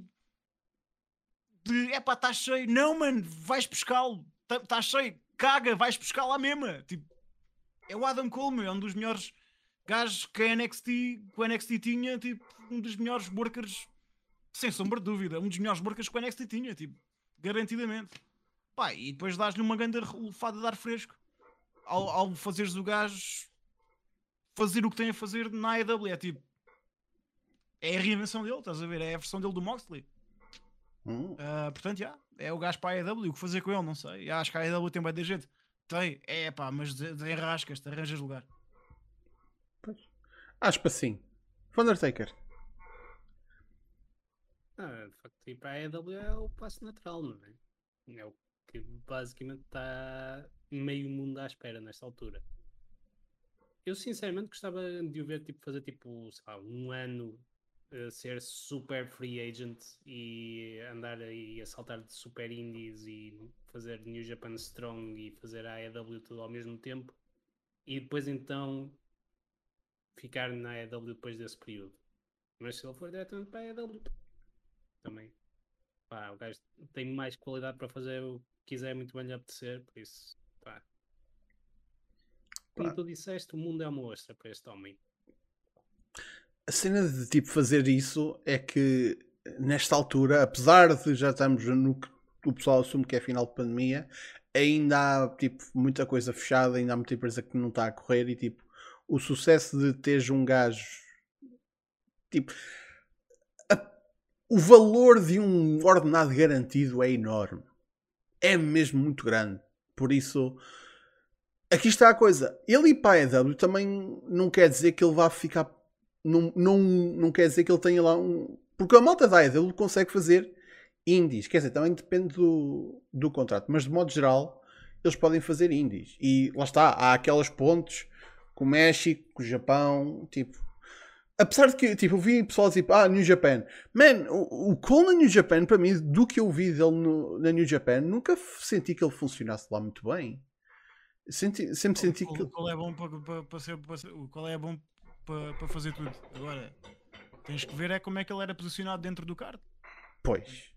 D: de é pá, está cheio. Não, mano, vais buscá-lo. Está cheio. Caga, vais buscá-lo à mesma. Tipo, é o Adam Cole, meu, é um dos melhores gajos que o NXT tinha, tipo, um dos melhores workers, sem sombra de dúvida, um dos melhores workers que o NXT tinha, tipo, garantidamente. Pá, e depois dás-lhe uma grande relufada de ar fresco ao fazeres o gajo fazer o que tem a fazer na AEW. É tipo, é a reinvenção dele, estás a ver? É a versão dele do Moxley. Portanto, é o gajo para a AEW. O que fazer com ele, não sei. Acho que a AEW tem bem de gente. Tem, pá, mas desenrascas-te, arranjas lugar.
A: Pois. Acho que sim. Undertaker.
B: De facto, ir para a AEW é o passo natural, não é? É o que basicamente está meio mundo à espera nesta altura. Eu sinceramente gostava de o ver tipo, fazer tipo, sei lá, um ano ser super free agent e andar aí a saltar de super indies e fazer New Japan Strong e fazer a AEW tudo ao mesmo tempo e depois então ficar na AEW depois desse período. Mas se ele for diretamente para a AEW também, pá, o gajo tem mais qualidade para fazer o que quiser, muito bem lhe apetecer, por isso, pá. Como tu disseste, o mundo é uma ostra para este homem.
A: A cena de tipo fazer isso é que nesta altura, apesar de já estamos no que o pessoal assume que é final de pandemia, ainda há tipo muita coisa fechada, ainda há muita empresa que não está a correr e tipo o sucesso de teres um gajo tipo o valor de um ordenado garantido é enorme, é mesmo muito grande, por isso aqui está a coisa, ele ir para a EW também não quer dizer que ele vá ficar. Não quer dizer que ele tenha lá um. Porque a malta da AEW consegue fazer indies. Quer dizer, também depende do contrato. Mas de modo geral, eles podem fazer indies. E lá está, há aquelas pontes com o México, com o Japão. Tipo, apesar de que tipo, eu vi pessoal dizer, New Japan. Man, o Cole na New Japan, para mim, do que eu vi dele na New Japan, nunca senti que ele funcionasse lá muito bem. Sempre senti que.
D: O Cole é bom para ser. O Cole é bom para fazer tudo. Agora, tens que ver é como é que ele era posicionado dentro do card.
A: Pois.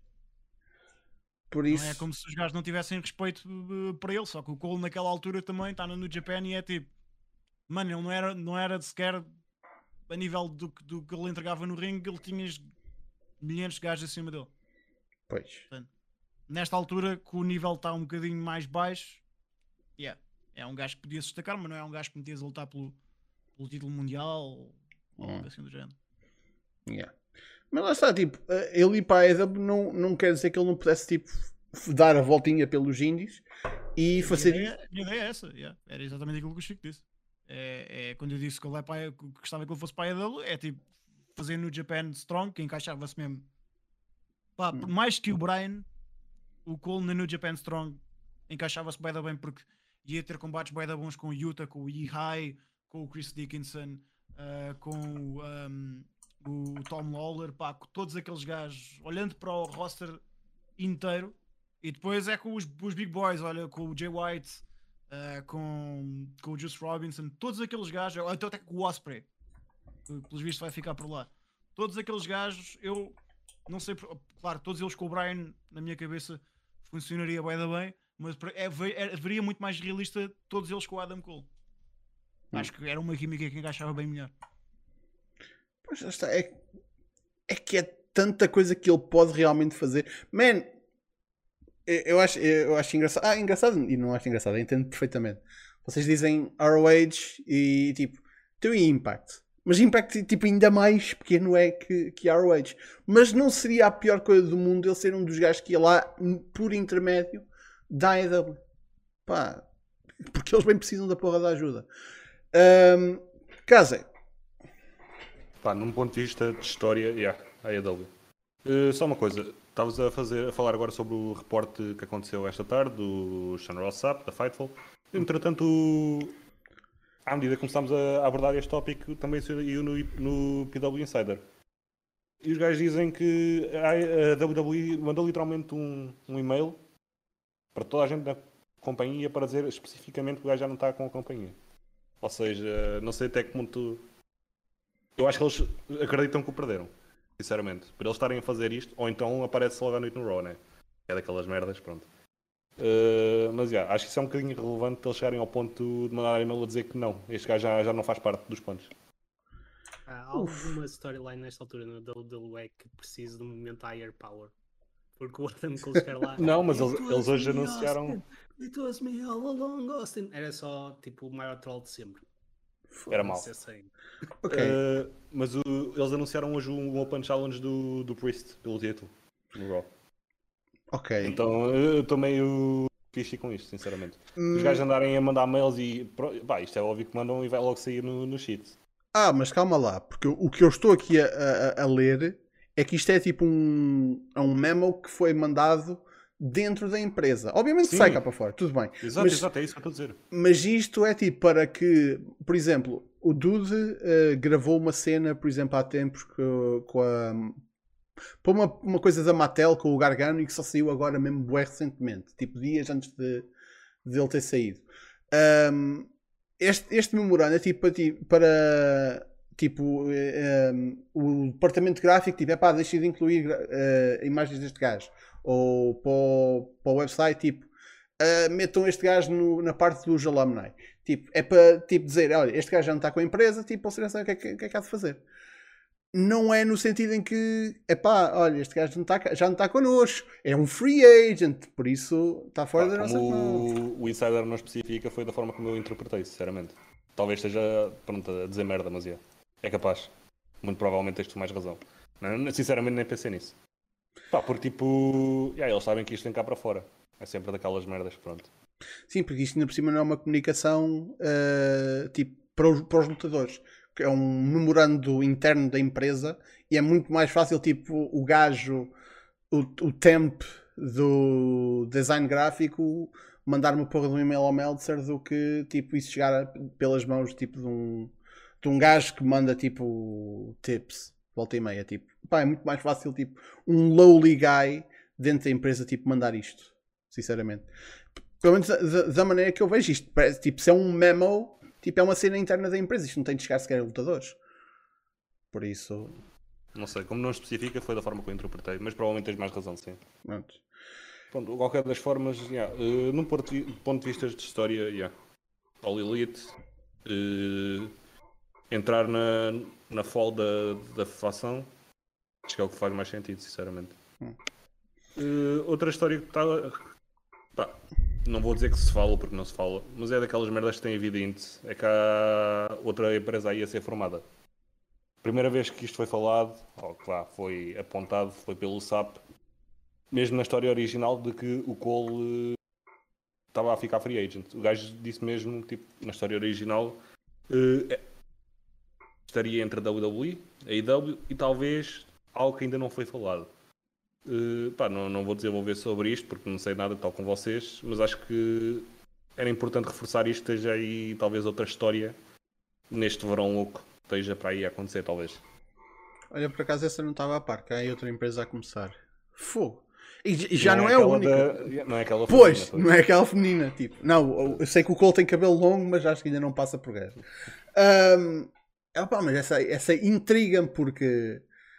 A: Por isso.
D: Não é como se os gajos não tivessem respeito para ele, só que o Cole naquela altura também está no New Japan e é tipo, mano, ele não era sequer a nível do que ele entregava no ringue, ele tinha milhares de gajos acima dele.
A: Pois.
D: Portanto, nesta altura que o nível está um bocadinho mais baixo, é um gajo que podia se destacar, mas não é um gajo que metias a lutar pelo título mundial ou algo assim do género.
A: Mas lá está, tipo, ele ir para a EW não quer dizer que ele não pudesse tipo, dar a voltinha pelos indies e fazer isso.
D: A minha ideia é essa, era exatamente aquilo que o Chico disse. Quando eu disse que ele que gostava que ele fosse para a EW, é tipo fazer no Japan Strong, que encaixava-se mesmo. Pá, mais que o Brian, o Cole no New Japan Strong encaixava-se bem bem porque ia ter combates bem bons com o Yuta, com o Yihai, com o Chris Dickinson, com o Tom Lawler, pá, com todos aqueles gajos, olhando para o roster inteiro, e depois é com os Big Boys, olha, com o Jay White, com o Juice Robinson, todos aqueles gajos, até com o Ospreay, que pelos vistos vai ficar por lá. Todos aqueles gajos, eu não sei, claro, todos eles com o Brian na minha cabeça funcionaria bem, mas haveria muito mais realista todos eles com o Adam Cole. Acho que era uma química que encaixava bem melhor.
A: Pois está, é que é tanta coisa que ele pode realmente fazer. Man, eu acho engraçado. Engraçado e não acho engraçado, eu entendo perfeitamente. Vocês dizem ROH e tipo, tem Impact. Mas Impact tipo ainda mais pequeno é que ROH. Mas não seria a pior coisa do mundo ele ser um dos gajos que ia lá por intermédio da AEW. Pá, porque eles bem precisam da porra da ajuda. Casem.
C: Pá, num ponto de vista de história, AEW. Só uma coisa, estavas a falar agora sobre o reporte que aconteceu esta tarde do Sean Ross Sapp, da Fightful. Entretanto, à medida que começámos a abordar este tópico, também saiu no PW Insider. E os gajos dizem que a WWE mandou literalmente um e-mail para toda a gente da companhia para dizer especificamente que o gajo já não está com a companhia. Ou seja, não sei até que ponto. Eu acho que eles acreditam que o perderam, sinceramente. Para eles estarem a fazer isto, ou então aparece logo à noite no Raw, né? É daquelas merdas, pronto. Mas acho que isso é um bocadinho irrelevante eles chegarem ao ponto de mandar e-mail a dizer que não, este gajo já não faz parte dos planos.
B: Há alguma storyline nesta altura no WWE que precise de um momento higher power? Porque o Adam Cole chegar lá.
C: Não, mas
B: "It
C: eles
B: was
C: hoje
B: me,
C: anunciaram.
B: Austin. It was me all along, Austin." Era só tipo o maior troll de sempre.
C: Era mau.
B: Isso é sério.
A: Ok.
C: Mas eles anunciaram hoje um Open Challenge do Priest pelo título no Raw.
A: Ok.
C: Então eu estou meio fixe com isto, sinceramente. Os gajos andarem a mandar mails e. Pá, isto é óbvio que mandam e vai logo sair no sheet.
A: Mas calma lá, porque o que eu estou aqui a ler é que isto é tipo um memo que foi mandado dentro da empresa. Obviamente
C: Sim.
A: sai cá para fora, tudo bem.
C: Exato, é isso que eu estou a dizer.
A: Mas isto é tipo para que, por exemplo, o Dude gravou uma cena, por exemplo, há tempos com a. Para uma coisa da Mattel com o Gargano e que só saiu agora mesmo bué recentemente, tipo dias antes de ele ter saído. Este memorando é tipo para tipo o departamento gráfico tipo, deixa de incluir imagens deste gajo, ou para o website tipo metam este gajo na parte dos alumni, tipo, é para tipo, dizer, olha, este gajo já não está com a empresa, tipo, vocês não sabem o que é que há de fazer. Não é no sentido em que, olha, este gajo já não está connosco, é um free agent, por isso está fora da nossa mão.
C: O Insider não especifica, foi da forma como eu interpretei, sinceramente. Talvez esteja pronto a dizer merda, mas é capaz. Muito provavelmente tens tu mais razão. Não, sinceramente nem pensei nisso. Porque tipo, eles sabem que isto vem cá para fora. É sempre daquelas merdas, pronto.
A: Sim, porque isto ainda por cima não é uma comunicação tipo para os lutadores. É um memorando interno da empresa e é muito mais fácil, tipo, o gajo, o temp do design gráfico mandar uma porra de um e-mail ao Meltzer do que, tipo, isso chegar pelas mãos, tipo, de um gajo que manda, tipo, tips, volta e meia, tipo. É muito mais fácil, tipo, um lowly guy dentro da empresa, tipo, mandar isto, sinceramente. Pelo menos da maneira que eu vejo isto. Parece, tipo, se é um memo, tipo, é uma cena interna da empresa. Isto não tem de chegar sequer a lutadores. Por isso...
C: Não sei, como não especifica, foi da forma que eu interpretei. Mas provavelmente tens mais razão, sim.
A: Pronto.
C: Pronto, qualquer das formas, num ponto de vista de história, All Elite, entrar na fall da facção, acho que é o que faz mais sentido, sinceramente. Outra história que está... Não vou dizer que se fala porque não se fala, mas é daquelas merdas que têm evidente. É que há outra empresa aí a ser formada. Primeira vez que isto foi falado, foi apontado, foi pelo SAP, mesmo na história original de que o Cole estava a ficar free agent. O gajo disse mesmo, tipo, na história original, estaria entre a WWE, a AEW e talvez algo que ainda não foi falado. Não vou desenvolver sobre isto porque não sei nada tal com vocês, mas acho que era importante reforçar isto. Esteja aí talvez outra história neste verão louco esteja para aí a acontecer, talvez.
A: Olha, por acaso essa não estava a par, que há aí outra empresa a começar. Fogo. E já não é a única.
C: Não é aquela
A: Pois,
C: feminina,
A: não é aquela feminina, tipo. Não, eu sei que o Cole tem cabelo longo, mas acho que ainda não passa por gajo. Mas essa intriga-me porque...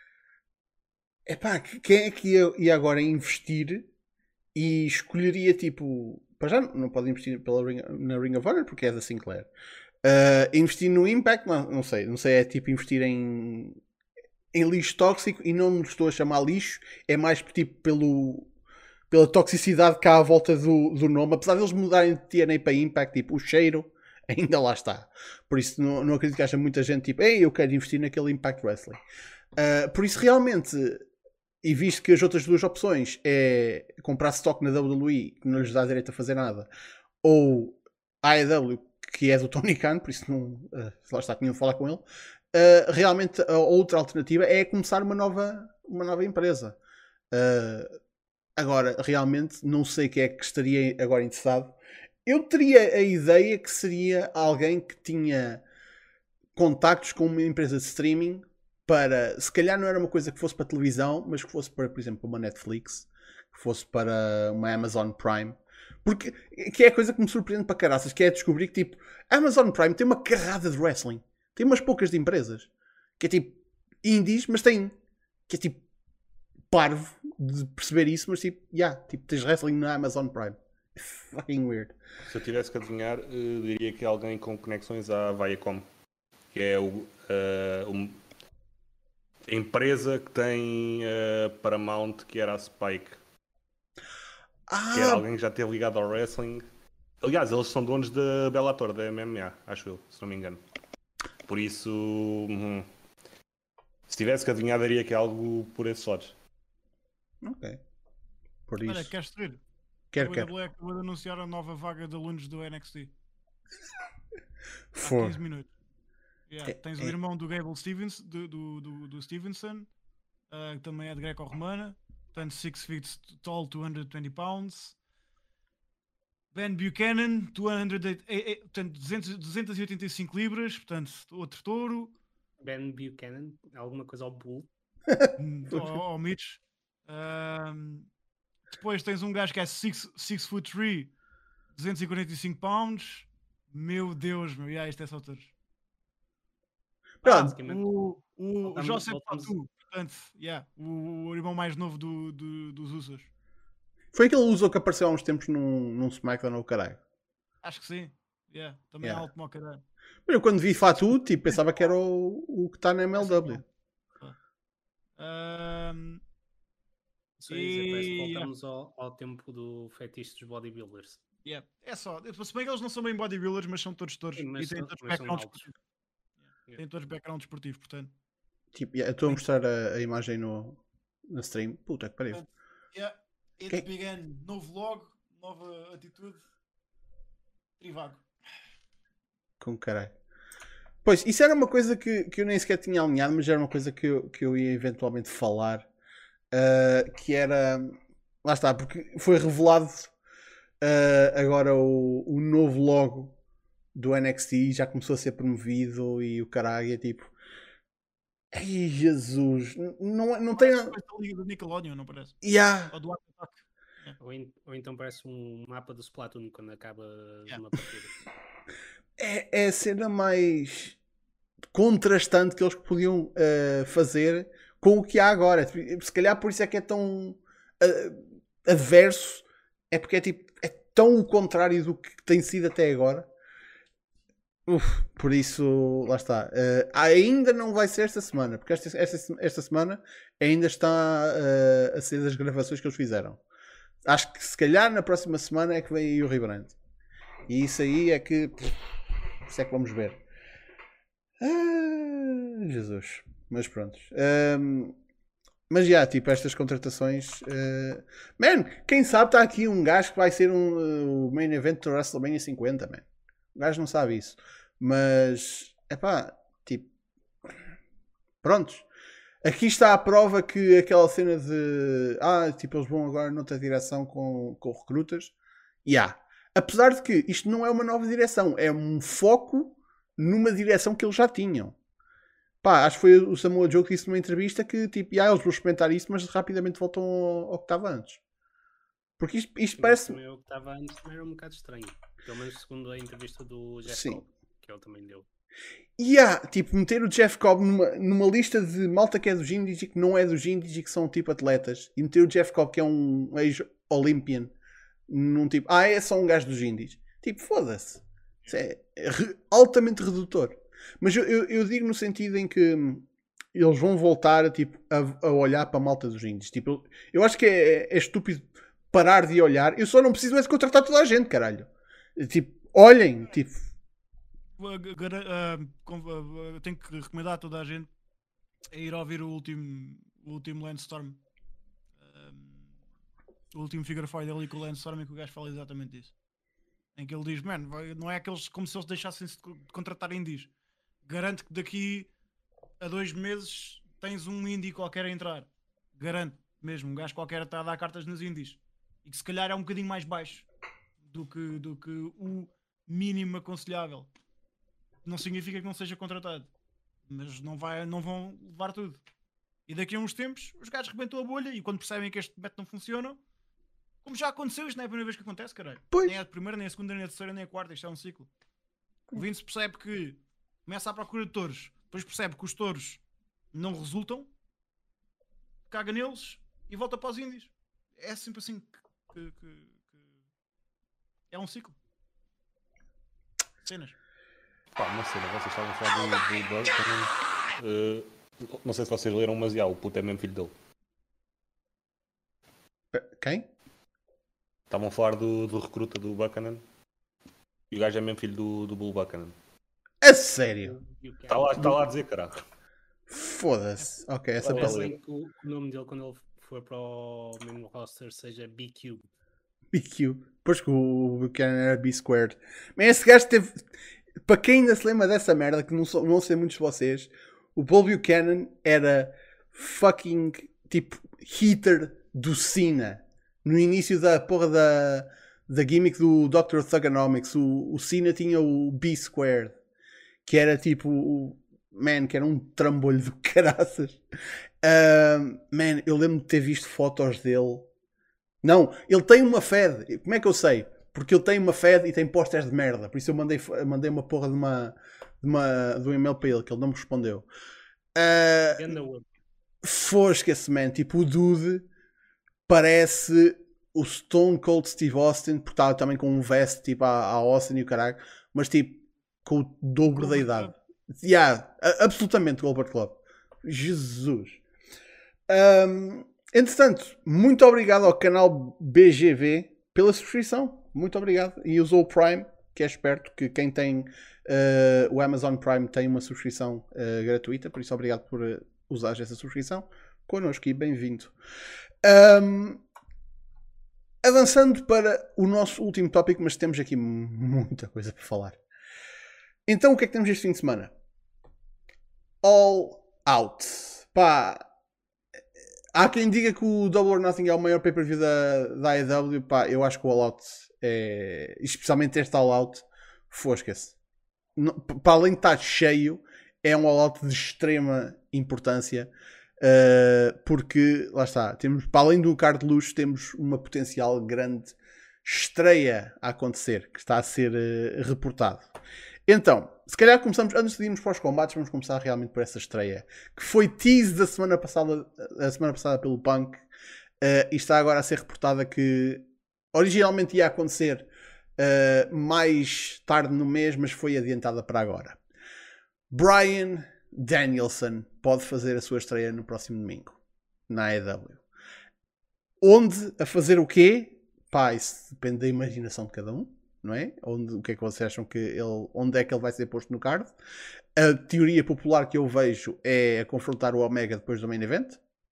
A: quem é que ia agora investir e escolheria, tipo... Para já não pode investir na Ring of Honor porque é da Sinclair. Investir no Impact, não sei, é tipo investir em lixo tóxico, e não me estou a chamar lixo, é mais tipo pela toxicidade cá à volta do nome, apesar de eles mudarem de TNA para Impact, tipo, o cheiro ainda lá está. Por isso não acredito que haja muita gente tipo, ei, eu quero investir naquele Impact Wrestling. Por isso realmente, e visto que as outras duas opções é comprar stock na WWE, que não lhes dá direito a fazer nada, ou a AEW, que é do Tony Khan, por isso não, lá está, tinham de falar com ele. Realmente a outra alternativa é começar uma nova empresa. Agora, realmente não sei quem é que estaria agora interessado. Eu teria a ideia que seria alguém que tinha contactos com uma empresa de streaming para, se calhar não era uma coisa que fosse para televisão, mas que fosse para, por exemplo, uma Netflix, que fosse para uma Amazon Prime. Porque, que é a coisa que me surpreende para caraças, que é descobrir que, tipo, a Amazon Prime tem uma carrada de wrestling. Tem umas poucas de empresas. Que é, tipo, indies, mas tem... Que é, tipo, parvo de perceber isso, mas, tipo, tipo, tens wrestling na Amazon Prime. Fucking weird.
C: Se eu tivesse que adivinhar, diria que é alguém com conexões à Viacom, que é a empresa que tem Paramount, que era a Spike, que era
A: Ah,
C: alguém que já esteve ligado ao wrestling. Aliás, eles são donos da Bellator, da MMA, acho eu, se não me engano. Por isso, se tivesse que adivinhar, daria que é algo por esses lados.
A: ok. Por
D: Olha,
A: isso.
D: queres ver?
A: Quero,
D: A
A: quero.
D: WWE acabou de anunciar a nova vaga de alunos do NXT. Há
A: For.
D: 15 minutos. Yeah, tens o irmão do Gable Stevens, do Stevenson, que também é de greco-romana. Portanto, 6 feet tall, 220 pounds. Ben Buchanan, 285 libras, portanto, outro touro.
B: Ben Buchanan, alguma coisa ao Bull.
D: Ao Mitch. Depois tens um gajo que é 6 foot 3, 245 pounds. Meu Deus, meu, isto é só todos.
A: Pronto.
B: Basicamente,
D: O
B: voltamos-
D: Joseph
B: voltamos-
D: Patu, portanto, o irmão mais novo dos Usos.
A: Foi aquele uso que apareceu há uns tempos num SmackDown ou caralho.
D: Acho que sim. Também é alto como o caralho.
A: Eu quando vi Fatu, tipo, pensava que era o que está na MLW.
B: Só ia dizer, parece que
D: E-
B: voltamos ao tempo do fetiche dos bodybuilders.
D: É só. Se bem que eles não são bem bodybuilders, mas são todos touros.
B: Sim, mas
D: E têm
B: são-
D: todos
B: mas são
D: background
B: altos.
D: esportivo. Têm todos background esportivo, portanto.
A: Tipo, eu estou a mostrar a imagem na stream. Puta que pariu.
D: It
A: Quem-
D: began. Novo vlog, nova atitude. Trivago.
A: Com caralho. Pois, isso era uma coisa que eu nem sequer tinha alinhado, mas era uma coisa que eu ia eventualmente falar. Que era. Lá está, porque foi revelado agora o novo logo do NXT, já começou a ser promovido e o caralho é tipo. Ai Jesus, não tem.
D: Parece coisa da Liga do Nickelodeon, não parece?
A: Yeah.
D: Ou do Art Attack.
B: Ou então parece um mapa do Splatoon quando acaba de uma partida.
A: É a cena mais contrastante que eles podiam fazer com o que há agora. Se calhar por isso é que é tão adverso, é porque é tão o contrário do que tem sido até agora. Por isso, lá está. Ainda não vai ser esta semana, porque esta semana ainda está a ser das gravações que eles fizeram. Acho que se calhar na próxima semana é que vem aí o rebrand. E isso aí é que. Isso é que vamos ver. Jesus. Mas pronto. Mas já, tipo, estas contratações. Man, quem sabe está aqui um gajo que vai ser o main event do WrestleMania 50, man. O gajo não sabe isso. Mas, tipo. Prontos. Aqui está a prova que aquela cena de. Tipo, eles vão agora noutra direção com recrutas. Apesar de que isto não é uma nova direção, é um foco numa direção que eles já tinham. Acho que foi o Samoa Joe que disse numa entrevista que tipo, eles vão experimentar isso, mas rapidamente voltam ao que estava antes. Porque isto parece.
B: O que estava antes também era um bocado estranho. Pelo menos segundo a entrevista do Jeff
A: Sim.
B: Cobb, que ele também deu.
A: Tipo, meter o Jeff Cobb numa lista de malta que é dos indies e que não é dos indies e que são tipo atletas, e meter o Jeff Cobb, que é um ex-Olympian, num tipo, é só um gajo dos indies. Tipo, foda-se. Isso é altamente redutor. Mas eu digo no sentido em que eles vão voltar tipo, a olhar para a malta dos indies. Tipo, eu acho que é estúpido parar de olhar. Eu só não preciso é de contratar toda a gente, caralho. Tipo, olhem, tipo.
D: Tenho que recomendar a toda a gente a ir ouvir o último Landstorm. O último Figure 5 dele com o Landstorm, em que o gajo fala exatamente isso. Em que ele diz, não é aqueles como se eles deixassem-se de contratar indies. Garanto que daqui a 2 meses tens um indie qualquer a entrar. Garanto mesmo, um gajo qualquer está a dar cartas nas indies. E que se calhar é um bocadinho mais baixo do que o mínimo aconselhável. Não significa que não seja contratado. Mas não vão levar tudo. E daqui a uns tempos os gajos rebentam a bolha e quando percebem que este método não funciona, como já aconteceu, isto não é a primeira vez que acontece, caralho.
A: Pois.
D: Nem a primeira, nem a segunda, nem a terceira, nem a quarta, isto é um ciclo. O Vince percebe que começa à procura de touros, depois percebe que os touros não resultam, caga neles e volta para os indies. É sempre assim que É um ciclo. Cenas.
C: Pá, uma cena, vocês estavam a falar do Buchanan. Não sei se vocês leram, mas o puto é mesmo filho dele.
A: Quem?
C: Estavam a falar do recruta do Buchanan. E o gajo é mesmo filho do Bull Buchanan.
A: A sério?
C: Está lá a dizer, caralho.
A: Foda-se. Ok, essa
C: Olha,
A: passa.
B: Bem que o nome dele, quando ele for para o main roster, seja B-Cube.
A: BQ. Depois que o Buchanan era B-Squared. Mas esse gajo teve... Para quem ainda se lembra dessa merda, que não sei muitos de vocês, o Paul Buchanan era fucking, tipo, hitter do Cena. No início da porra da gimmick do Dr. Thuganomics, o Cena tinha o B-Squared. Que era tipo... que era um trambolho do caraças. Eu lembro de ter visto fotos dele. Não, ele tem uma Fed. Como é que eu sei? Porque ele tem uma Fed e tem posters de merda. Por isso eu mandei uma porra de um e-mail para ele, que ele não me respondeu. Fosca-se, man. Tipo, o dude parece o Stone Cold Steve Austin, porque estava também com um veste tipo a Austin e o caralho, mas tipo com o dobro da idade. Absolutamente Goldberg Club. Jesus. Entretanto, muito obrigado ao canal BGV pela subscrição. Muito obrigado. E usou o Prime, que é esperto, que quem tem o Amazon Prime tem uma subscrição gratuita. Por isso, obrigado por usar essa subscrição connosco e bem-vindo. Avançando para o nosso último tópico, mas temos aqui muita coisa para falar. Então, o que é que temos este fim de semana? All Out. Pá, há quem diga que o Double or Nothing é o maior pay-per-view da AEW. Pá, eu acho que o All Out é... Especialmente este All Out, fosca-se. Para além de estar cheio, é um All Out de extrema importância. Porque, lá está, temos, para além do card de luxo, temos uma potencial grande estreia a acontecer, que está a ser reportado. Então, se calhar começamos, antes de irmos para os combates, vamos começar realmente por essa estreia, que foi tease da semana passada pelo Punk, e está agora a ser reportada que originalmente ia acontecer mais tarde no mês, mas foi adiantada para agora. Bryan Danielson pode fazer a sua estreia no próximo domingo, na AEW. Onde? A fazer o quê? Pá, isso depende da imaginação de cada um. Não é? O que é que vocês acham que onde é que ele vai ser posto no card? A teoria popular que eu vejo é a confrontar o Omega depois do main event.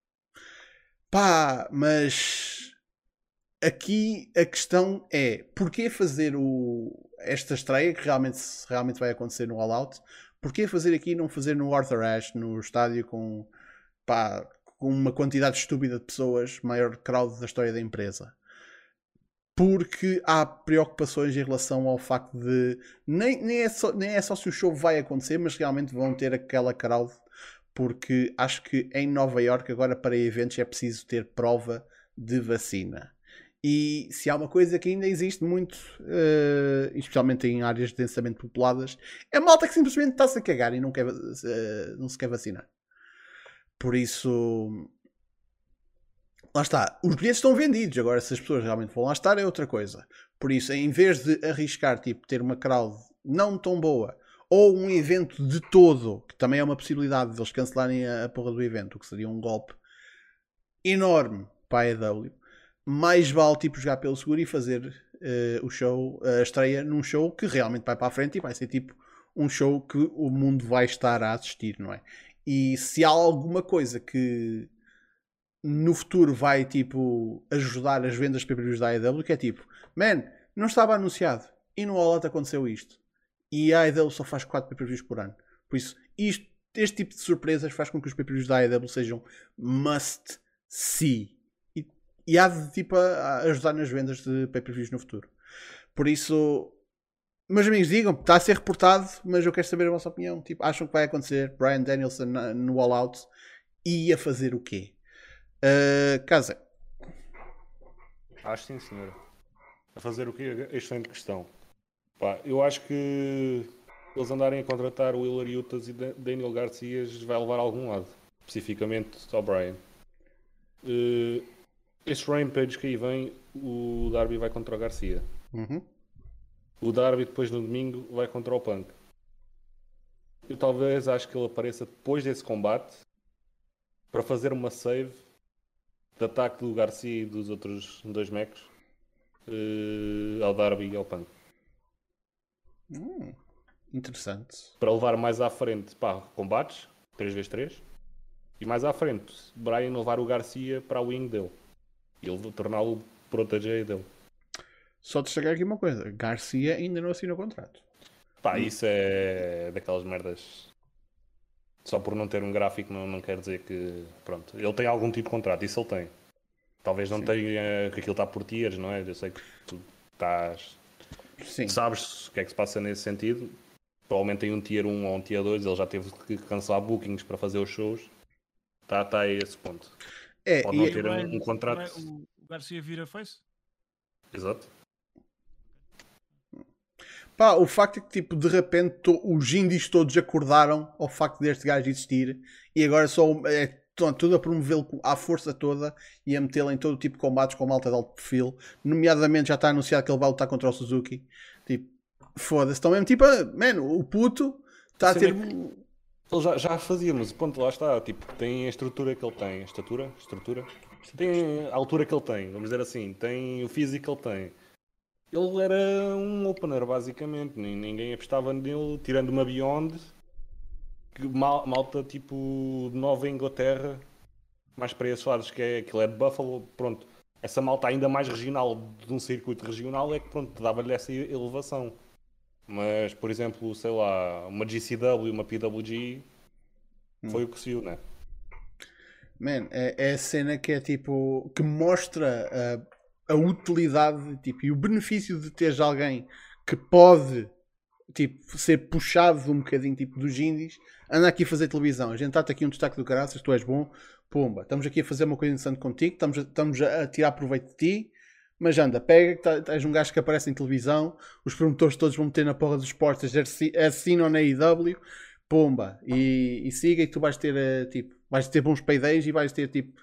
A: Pá, mas aqui a questão é porquê fazer esta estreia que realmente vai acontecer no All Out? Porquê fazer aqui e não fazer no Arthur Ashe, no estádio com uma quantidade estúpida de pessoas, maior crowd da história da empresa? Porque há preocupações em relação ao facto de nem é só se o show vai acontecer, mas realmente vão ter aquela crowd, porque acho que em Nova Iorque agora para eventos é preciso ter prova de vacina. E se há uma coisa que ainda existe muito, especialmente em áreas densamente populadas, é malta que simplesmente está-se a cagar e não se quer vacinar. Por isso... Lá está, os bilhetes estão vendidos, agora se as pessoas realmente vão lá estar é outra coisa. Por isso, em vez de arriscar, tipo, ter uma crowd não tão boa, ou um evento de todo, que também é uma possibilidade de eles cancelarem a porra do evento, o que seria um golpe enorme para a AEW, mais vale, tipo, jogar pelo seguro e fazer o show, a estreia num show que realmente vai para a frente e vai ser, tipo, um show que o mundo vai estar a assistir, não é? E se há alguma coisa que... no futuro vai, tipo, ajudar as vendas de pay-per-views da AEW, que é tipo, não estava anunciado, e no All Out aconteceu isto. E a AEW só faz 4 pay-per-views por ano. Por isso, este tipo de surpresas faz com que os pay-per-views da AEW sejam must-see. E há de, tipo, a ajudar nas vendas de pay-per-views no futuro. Por isso, meus amigos, digam, está a ser reportado, mas eu quero saber a vossa opinião. Tipo, acham que vai acontecer Bryan Danielson no All Out e a fazer o quê? Casa.
C: Acho sim, senhora. A fazer o quê? Excelente questão. Pá, eu acho que eles andarem a contratar o Wheeler Yutas e Daniel Garcias vai levar a algum lado. Especificamente ao Bryan. Este Rampage que aí vem, o Darby vai contra o Garcia.
A: Uhum.
C: o Darby depois no domingo vai contra o Punk. Eu talvez acho que ele apareça depois desse combate para fazer uma save de ataque do Garcia e dos outros 2 mecos ao Darby e ao Punk.
A: Interessante.
C: Para levar mais à frente, combates 3x3 e mais à frente Brian levar o Garcia para a wing dele e ele torná-lo proteger dele.
A: Só destacar aqui uma coisa: Garcia ainda não assinou o contrato.
C: Isso é daquelas merdas. Só por não ter um gráfico não quer dizer que. Pronto, ele tem algum tipo de contrato, isso ele tem. Talvez não tenha, que aquilo está por tiers, não é? Eu sei que tu estás.
A: Sim.
C: Sabes o que é que se passa nesse sentido. Provavelmente tem um tier 1 ou um tier 2, ele já teve que cancelar bookings para fazer os shows. Está a esse ponto. Pode não ter um contrato.
D: O Garcia vira face?
C: Exato.
A: O facto é que, tipo, de repente os indies todos acordaram ao facto deste gajo existir e agora só tudo a promovê-lo à força toda e a metê-lo em todo tipo de combates com malta de alto perfil. Nomeadamente já está anunciado que ele vai lutar contra o Suzuki. Tipo, foda-se. Estão mesmo, tipo, o puto está a ter...
C: Ele já fazia, mas o ponto lá está. Tipo, tem a estrutura que ele tem. Estrutura? Tem a altura que ele tem, vamos dizer assim. Tem o físico que ele tem. Ele era um opener, basicamente. Ninguém apostava nele, tirando uma Beyond, que malta tipo de Nova Inglaterra, mais para esses lados, aquilo é de Buffalo. Pronto, essa malta ainda mais regional, de um circuito regional, é que pronto, dava-lhe essa elevação. Mas, por exemplo, sei lá, uma GCW, uma PWG, foi o que se viu, né?
A: É a cena que é tipo, que mostra a utilidade, tipo, e o benefício de teres alguém que pode, tipo, ser puxado um bocadinho, tipo, dos indies, anda aqui a fazer televisão. A gente está-te aqui um destaque do caraças, tu és bom, pumba, estamos aqui a fazer uma coisa interessante contigo, estamos a tirar proveito de ti, mas anda, pega, és um gajo que aparece em televisão, os promotores todos vão meter na porra dos portas, assinam na AEW, pumba, e siga, e tu vais ter, tipo, vais ter bons paydays e vais ter, tipo,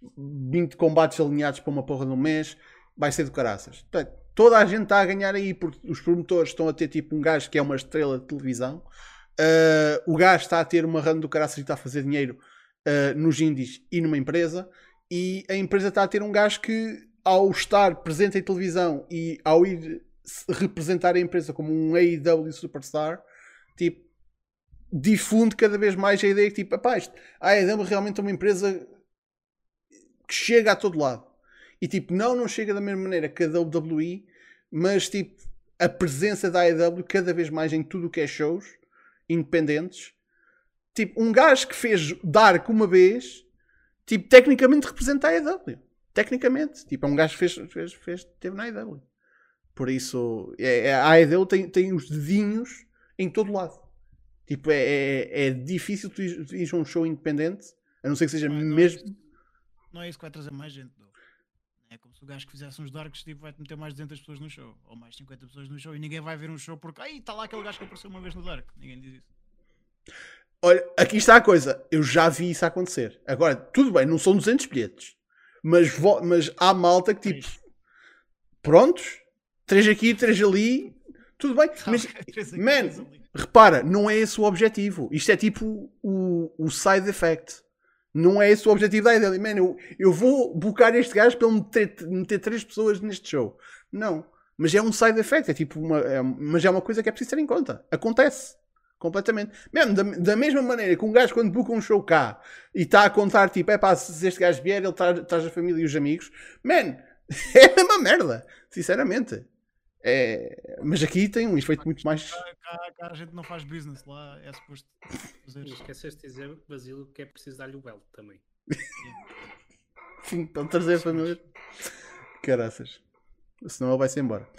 A: 20 combates alinhados para uma porra de um mês, vai ser do caraças. Portanto, toda a gente está a ganhar aí porque os promotores estão a ter tipo um gajo que é uma estrela de televisão, o gajo está a ter uma run do caraças e está a fazer dinheiro nos indies e numa empresa, e a empresa está a ter um gajo que, ao estar presente em televisão e ao ir representar a empresa como um AEW Superstar, tipo, difunde cada vez mais a ideia que tipo, a AEW realmente é uma empresa que chega a todo lado. E tipo, não chega da mesma maneira que a WWE, mas tipo, a presença da AEW cada vez mais em tudo o que é shows independentes. Tipo, um gajo que fez Dark uma vez, tipo, tecnicamente representa a AEW. Tecnicamente. Tipo, é um gajo que teve na AEW. Por isso, a AEW tem os dedinhos em todo lado. Tipo, é difícil tu ires a um show independente, a não ser que seja mesmo...
D: Não é isso que vai trazer mais gente, não. É como se o gajo que fizesse uns darks, tipo, vai meter mais de 200 pessoas no show, ou mais 50 pessoas no show, e ninguém vai ver um show porque, está lá aquele gajo que apareceu uma vez no dark. Ninguém diz isso.
A: Olha, aqui está a coisa. Eu já vi isso acontecer. Agora, tudo bem, não são 200 bilhetes. Mas há malta que tipo... Prontos? 3 aqui, 3 ali. Tudo bem. Mas, repara, não é esse o objetivo. Isto é tipo o side effect. Não é esse o objetivo da ideia. Eu vou buscar este gajo para ele meter 3 pessoas neste show. Não. Mas é um side effect. É tipo mas é uma coisa que é preciso ter em conta. Acontece. Completamente. Mesmo da mesma maneira que um gajo quando buca um show cá e está a contar tipo, se este gajo vier, ele traz a família e os amigos. É a mesma merda. Sinceramente. Mas aqui tem um efeito muito mais...
D: Cá a gente não faz business, lá é suposto fazer.
B: E esqueceste de dizer, Basílio, que é preciso dar-lhe o belo também.
A: Sim, para trazer a família. Caraças. Senão ele vai-se embora.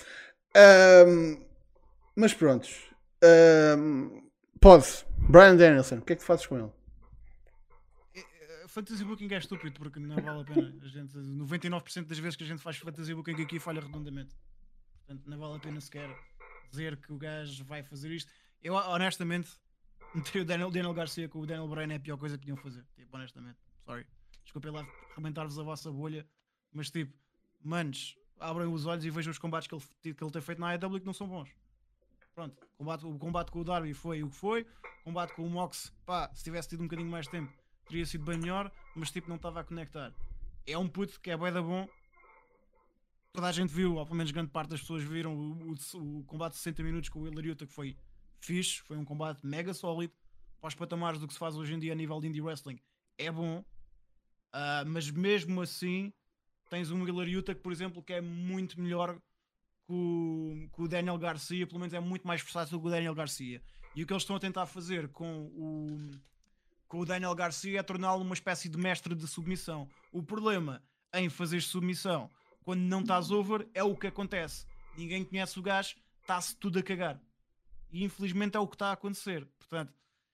A: Mas prontos. Pode. Bryan Danielson, o que é que tu fazes com ele?
D: Fantasy Booking é estúpido porque não vale a pena. 99% das vezes que a gente faz Fantasy Booking aqui falha redondamente. Portanto, não vale a pena sequer dizer que o gajo vai fazer isto. Eu, honestamente, meter o Daniel Garcia com o Daniel Bryan é a pior coisa que podiam fazer. Tipo, honestamente. Sorry. Desculpem lá arrebentar-vos a vossa bolha. Mas, tipo, manos, abrem os olhos e vejam os combates que ele tem feito na AEW que não são bons. Pronto, o combate com o Darby foi o que foi. O combate com o Mox, pá, se tivesse tido um bocadinho mais de tempo, teria sido bem melhor, mas tipo, não estava a conectar. É um puto que é bué da bom. Toda a gente viu, ou pelo menos grande parte das pessoas viram o combate de 60 minutos com o Wheeler Yuta, que foi fixe, foi um combate mega sólido para os patamares do que se faz hoje em dia a nível de indie wrestling. É bom, mas mesmo assim tens um Wheeler Yuta que, por exemplo, que é muito melhor que o Daniel Garcia, pelo menos é muito mais versátil que o Daniel Garcia. E o que eles estão a tentar fazer com o Daniel Garcia é torná-lo uma espécie de mestre de submissão. O problema em fazer submissão quando não estás over é o que acontece. Ninguém conhece o gajo, está-se tudo a cagar. E infelizmente é o que está a acontecer. Portanto,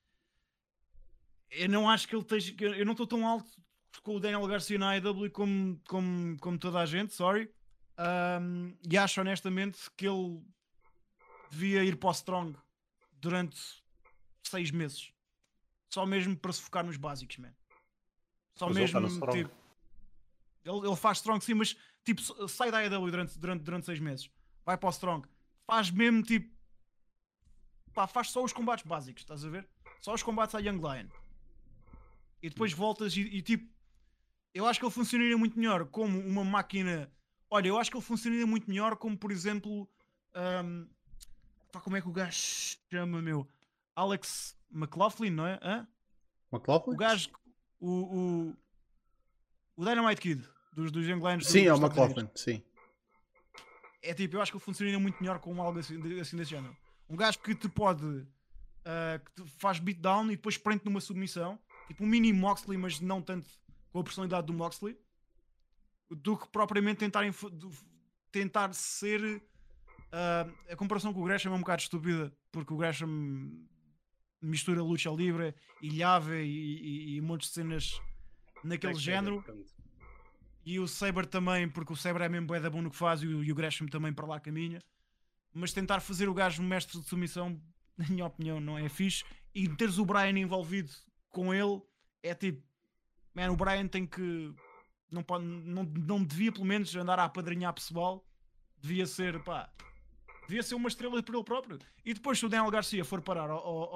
D: eu não acho que ele esteja. Eu não estou tão alto com o Daniel Garcia na AEW como toda a gente, sorry. E acho honestamente que ele devia ir para o Strong durante 6 meses. Só mesmo para se focar nos básicos, man. Só
C: Mas
D: mesmo,
C: ele está no Strong.
D: tipo, ele faz Strong sim, mas tipo, sai da AEW durante 6 meses. Vai para o Strong. Faz mesmo tipo, pá, faz só os combates básicos, estás a ver? Só os combates à Young Lion. E depois voltas e tipo, eu acho que ele funcionaria muito melhor como uma máquina. Olha, eu acho que ele funcionaria muito melhor como, por exemplo, pá, como é que o gajo se chama, meu? Alex McLaughlin, não é? Hã?
A: McLaughlin?
D: O gajo, o Dynamite Kid dos Young Lions.
A: Sim, é o
D: dos Estados
A: McLaughlin,
D: Unidos.
A: sim.
D: É tipo, eu acho que ele funcionaria muito melhor com algo assim desse género. Um gajo que te pode, que te faz beatdown e depois prende numa submissão, tipo um mini Moxley, mas não tanto com a personalidade do Moxley, do que propriamente tentar ser. A comparação com o Gresham é um bocado estúpida, porque o Gresham mistura luta livre e llave e um monte de cenas naquele género. E o Saber também, porque o Saber é mesmo bué da bom no que faz e o Gresham também para lá caminha. Mas tentar fazer o gajo mestre de submissão, na minha opinião, não é fixe. E teres o Brian envolvido com ele é tipo, man, o Brian tem que. Não devia pelo menos andar a apadrinhar pessoal. Devia ser, pá, devia ser uma estrela por ele próprio. E depois, se o Daniel Garcia for parar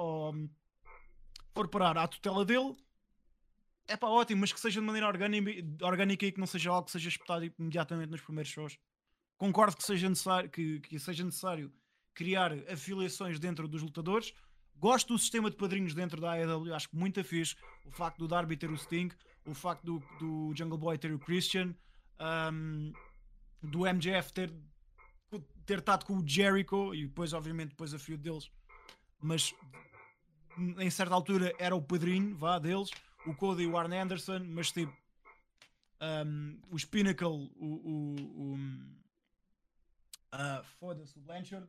D: à tutela dele, é pá, ótimo, mas que seja de maneira orgânica e que não seja algo que seja espetado imediatamente nos primeiros shows. Concordo que seja necessário, que seja necessário criar afiliações dentro dos lutadores. Gosto do sistema de padrinhos dentro da AEW, acho que muito fixe. O facto do Darby ter o Sting, o facto do Jungle Boy ter o Christian, do MJF ter estado com o Jericho e depois, obviamente, depois a feud deles, mas em certa altura era o padrinho deles. O Cody e o Arn Anderson, mas tipo, os Pinnacle, foda-se, o Blanchard.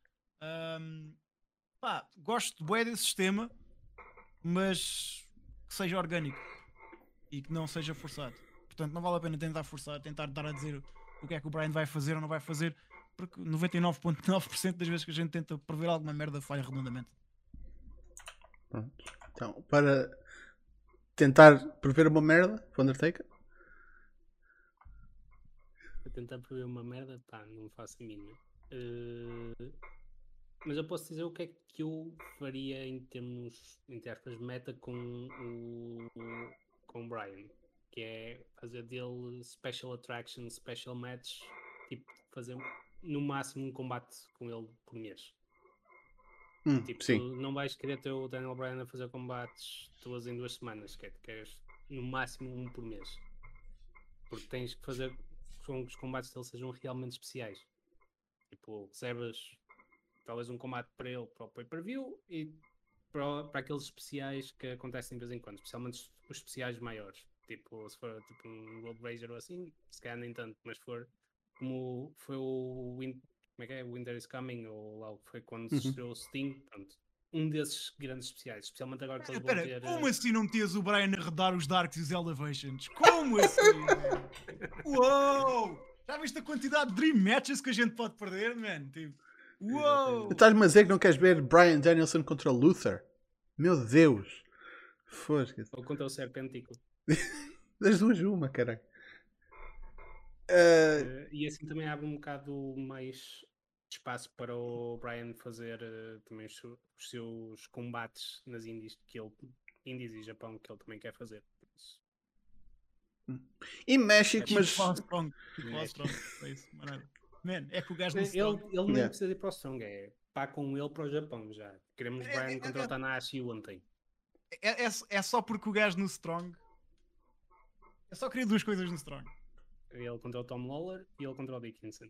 D: Pá, gosto bué desse sistema, mas que seja orgânico e que não seja forçado. Portanto, não vale a pena tentar dar a dizer o que é que o Brian vai fazer ou não vai fazer, porque 99,9% das vezes que a gente tenta prever alguma merda falha redondamente.
A: Pronto. Então, para tentar prever uma merda, o Undertaker?
B: Para tentar prever uma merda, pá, não faço a mínima. Mas eu posso dizer o que é que eu faria em termos, entre aspas, meta com o Brian, que é fazer dele special attraction, special match, tipo, fazer no máximo um combate com ele por mês. Tipo,
A: sim.
B: tu não vais querer ter o Daniel Bryan a fazer combates 2 em 2 semanas, queres no máximo um por mês, porque tens que fazer com que os combates dele sejam realmente especiais. Tipo, reservas talvez um combate para ele para o pay-per-view e para aqueles especiais que acontecem de vez em quando, especialmente os especiais maiores, tipo, se for tipo um Road Rager ou assim, se calhar nem tanto, mas for como foi o Winter is Coming, ou lá foi quando se estreou o Sting, pronto, um desses grandes especiais, especialmente agora que eles vão ter...
D: Como assim não metias o Brian a redar os Darks e os Elevations? Como assim, man? Uou! Já viste a quantidade de Dream Matches que a gente pode perder, man? Tipo, uou!
A: Estás-me a dizer que não queres ver Bryan Danielson contra Luther? Meu Deus! Fosca.
B: Ou contra o Serpentico.
A: Das duas uma, caralho.
B: E assim também abre um bocado mais espaço para o Brian fazer também os seus combates nas indies indies e Japão que ele também quer fazer. Por isso,
A: E México,
B: Tipo
A: mas.
D: Tipo All Strong. Tipo All
B: México.
D: Strong. É isso, mais nada. Man, é que o gajo no
B: ele
D: Strong.
B: nem
A: Yeah.
B: precisa ir para o Strong, é pá com ele para o Japão já. Queremos Brian contra o Tanahashi ontem.
D: É só porque o gajo no Strong. Eu só queria duas coisas no Strong.
B: Ele contra o Tom Lawler e ele contra o Dickinson.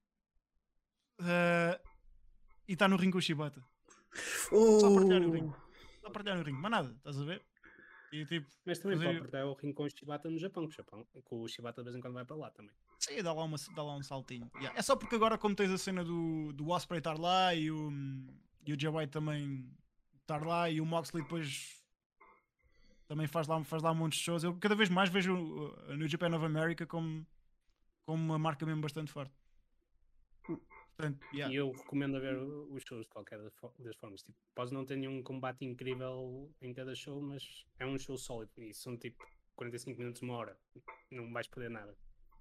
D: E está no ringue com o Shibata. Só partilhar o ringue.
A: Uh,
D: Só partilhar no ringue. Mas nada, estás a ver? E tipo,
B: Mas também
D: fazer-
B: pode perder o ringue com o Shibata no Japão, que o Shibata de vez em quando vai para lá também.
D: sim, dá lá um saltinho. Yeah. É só porque agora, como tens a cena do Ospreay estar lá e o Jay White também estar lá e o Moxley depois também faz lá um monte de shows. Eu cada vez mais vejo a New Japan of America como uma marca mesmo bastante forte. Portanto, yeah.
B: E eu recomendo a ver os shows de qualquer das formas. Tipo, podes não ter nenhum combate incrível em cada show, mas é um show sólido. E são tipo 45 minutos, uma hora. Não vais perder nada.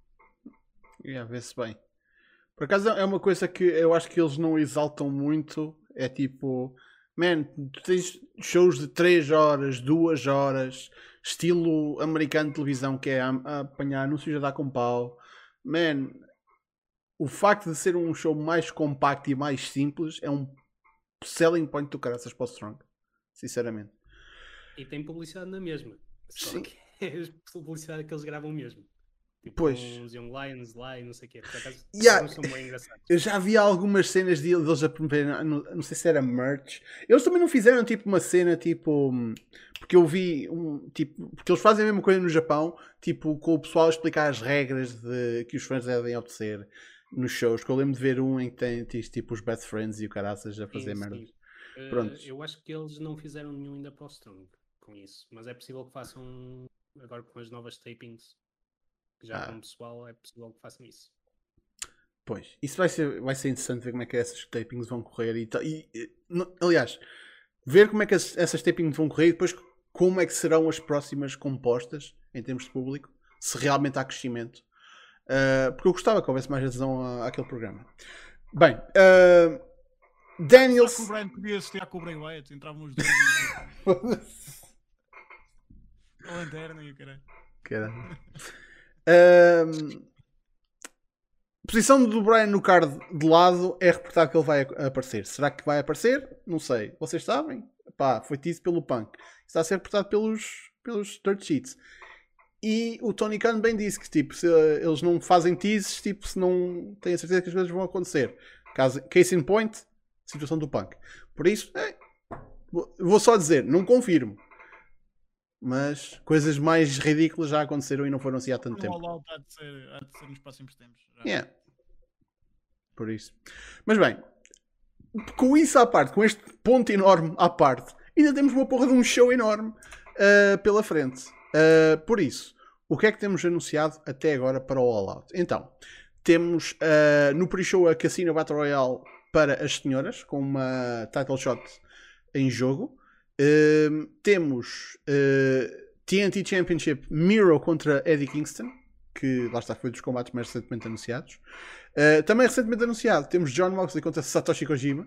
A: vê-se bem. Por acaso é uma coisa que eu acho que eles não exaltam muito. É tipo, man, tu tens shows de 3 horas, 2 horas, estilo americano de televisão, que é a apanhar anúncios a dar com pau. Man, o facto de ser um show mais compacto e mais simples é um selling point do caraças para o Strong. Sinceramente.
B: E tem publicidade na mesma. Só
A: Sim.
B: que é a publicidade que eles gravam mesmo. Tipo,
A: Pois.
B: com os Young Lions lá e não sei o quê. Por acaso,
A: Yeah.
B: alguns são bem engraçados.
A: Eu já vi algumas cenas deles a promover, não sei se era merch. Eles também não fizeram tipo uma cena tipo. Porque eu vi tipo. Porque eles fazem a mesma coisa no Japão, tipo, com o pessoal a explicar as regras que os fãs devem obedecer nos shows. Que eu lembro de ver um em que tem tipo os Best Friends e o caraças a fazer
B: Sim,
A: merda.
B: sim.
A: Pronto.
B: Eu acho que eles não fizeram nenhum ainda para o Strong com isso. Mas é possível que façam agora com as novas tapings. Já com o pessoal, é possível que façam isso.
A: Pois, isso vai ser interessante ver como é que essas tapings vão correr aliás, ver como é que essas tapings vão correr e depois como é que serão as próximas compostas em termos de público, se realmente há crescimento. Porque eu gostava que houvesse mais adesão àquele programa. Bem, Daniels.
D: Será que o Brian podia associar com o Bray Wyatt? Entravam os dois. A lanterna e o caralho.
A: Caramba. Posição do Brian no card de lado é reportado que ele vai aparecer. Será que vai aparecer? Não sei. Vocês sabem? Pá, foi tease pelo Punk. Está a ser reportado pelos dirt sheets. E o Tony Khan bem disse que tipo, se eles não fazem teases, tipo, se não têm a certeza que as coisas vão acontecer. Case in point, situação do Punk. Por isso, vou só dizer, não confirmo. Mas coisas mais ridículas já aconteceram e não foram assim há tanto tempo.
D: O All Out há de ser nos próximos tempos. Já.
A: Yeah. Por isso. Mas bem, com isso à parte, com este ponto enorme à parte, ainda temos uma porra de um show enorme pela frente. Por isso, o que é que temos anunciado até agora para o All Out? Então, temos no pre-show a Casino Battle Royale para as senhoras, com uma title shot em jogo. Temos TNT Championship Miro contra Eddie Kingston, que lá está, foi dos combates mais recentemente anunciados. Também recentemente anunciado temos John Moxley contra Satoshi Kojima.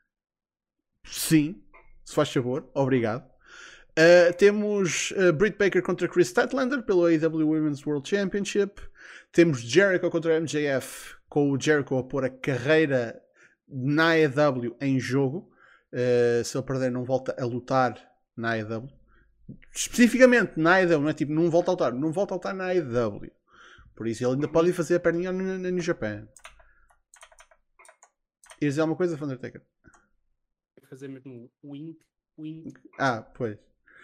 A: Sim, se faz favor, obrigado. Temos Britt Baker contra Chris Statlander pelo AEW Women's World Championship. Temos Jericho contra MJF, com o Jericho a pôr a carreira na AEW em jogo. Se ele perder, não volta a lutar na AEW. Especificamente na AEW, não é tipo, não volta a lutar na AEW. Por isso ele ainda pode ir fazer a perninha na New Japan. Ias dizer alguma coisa, Undertaker?
B: Fazer mesmo wink.
A: Pois.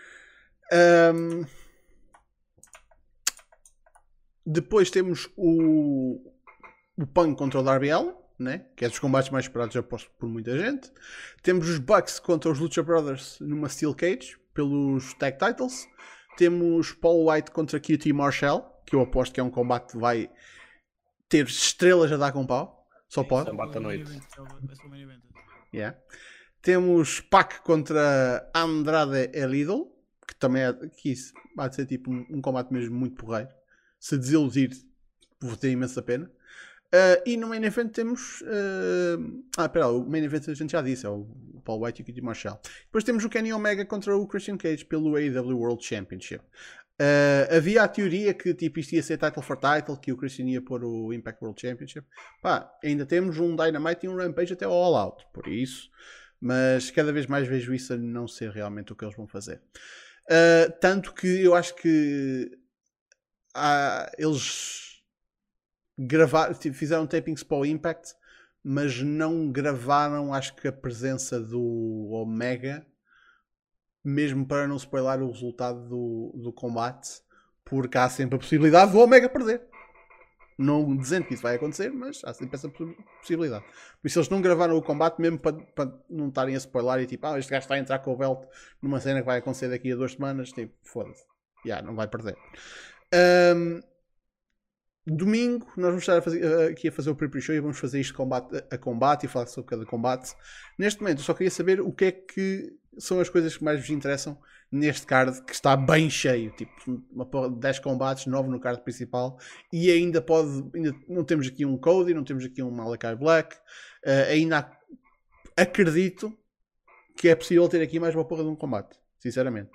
A: Depois temos o Punk contra o Darby Allin, né? Que é dos combates mais esperados, aposto por muita gente. Temos os Bucks contra os Lucha Brothers numa Steel Cage pelos Tag Titles. Temos Paul White contra QT Marshall, que eu aposto que é um combate que vai ter estrelas a dar com pau. Só pode.
C: Combate à noite.
A: Yeah. Temos Pac contra Andrade El Idol, que também que isso vai ser tipo um combate mesmo muito porreiro. Se desiludir, vou ter imensa pena. E no main event temos. Espera, o main event a gente já disse, é o Paul White e o Kid Marshall. Depois temos o Kenny Omega contra o Christian Cage pelo AEW World Championship. Havia a teoria que tipo, isto ia ser title for title, que o Christian ia pôr o Impact World Championship. Pá, ainda temos um Dynamite e um Rampage até ao All Out, por isso. Mas cada vez mais vejo isso a não ser realmente o que eles vão fazer. Tanto que eu acho que eles fizeram tapings para o Impact, mas não gravaram, acho que a presença do Omega, mesmo para não spoiler o resultado do combate, porque há sempre a possibilidade do Omega perder. Não dizendo que isso vai acontecer, mas há sempre essa possibilidade. Por isso eles não gravaram o combate mesmo para não estarem a spoiler e tipo, este gajo está a entrar com o belt numa cena que vai acontecer daqui a 2 semanas, tipo, foda-se. Não vai perder. Domingo nós vamos estar aqui a fazer o pre-show e vamos fazer isto combate a combate e falar sobre cada combate. Neste momento eu só queria saber o que é que são as coisas que mais vos interessam neste card, que está bem cheio, tipo uma porra de 10 combates, 9 no card principal, e ainda não temos aqui um Cody, não temos aqui um Malachi Black, ainda acredito que é possível ter aqui mais uma porra de um combate, sinceramente.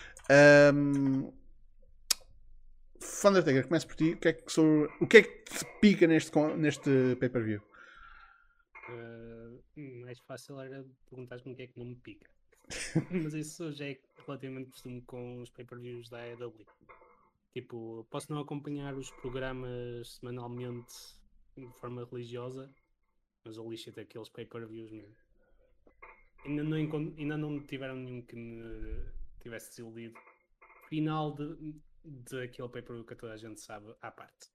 A: Undertaker, começo por ti. O que é que te pica neste pay-per-view?
B: Mais fácil era perguntar-me o que é que não me pica. Mas isso já é relativamente costume com os pay-per-views da AEW. Tipo, posso não acompanhar os programas semanalmente de forma religiosa, mas o lixo daqueles pay-per-views mesmo. Ainda não tiveram nenhum que me tivesse desiludido. Final daquele pay-per-view que toda a gente sabe à parte.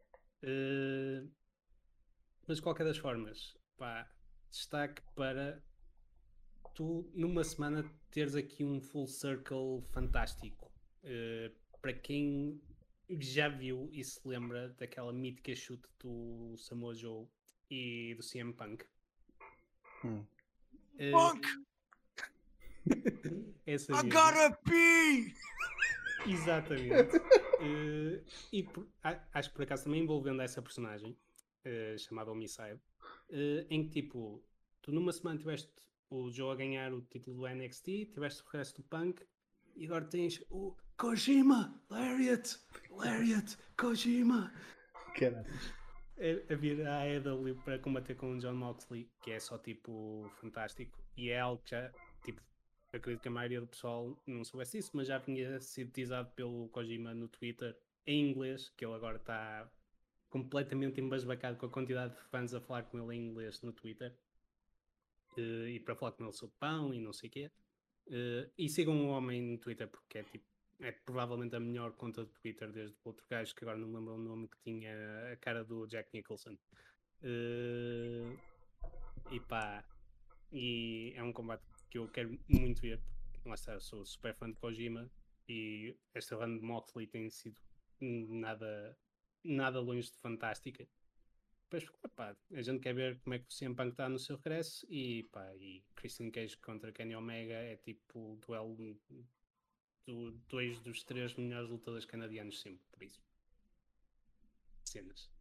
B: Mas de qualquer das formas, pá, destaque para tu numa semana teres aqui um full circle fantástico. Para quem já viu e se lembra daquela mítica chute do Samoa Joe e do CM Punk.
D: Punk!
B: Essa
D: I
B: mesmo.
D: gotta pee!
B: Exatamente. Acho que por acaso também envolvendo essa personagem chamada Homicide, em que tipo, tu numa semana tiveste o Joe a ganhar o título do NXT, tiveste o resto do Punk e agora tens o Kojima, Lariat, Kojima a vir à AEW para combater com o John Moxley, que é só tipo fantástico e é algo que já tipo, acredito que a maioria do pessoal não soubesse isso, mas já tinha sido teasado pelo Kojima no Twitter em inglês, que ele agora está completamente embasbacado com a quantidade de fãs a falar com ele em inglês no Twitter e para falar com ele sobre pão e não sei o quê. E sigam o homem no Twitter porque é provavelmente a melhor conta de Twitter desde o outro gajo que agora não me lembro o nome, que tinha a cara do Jack Nicholson. E pá, e é um combate que eu quero muito ver. Lá está, eu sou super fã de Kojima e esta run de Moxley tem sido nada longe de fantástica. Pois, pá, a gente quer ver como é que o CM Punk está no seu regresso e Christian Cage contra Kenny Omega é tipo o duelo de 2 dos 3 melhores lutadores canadianos sempre, por isso. Cenas.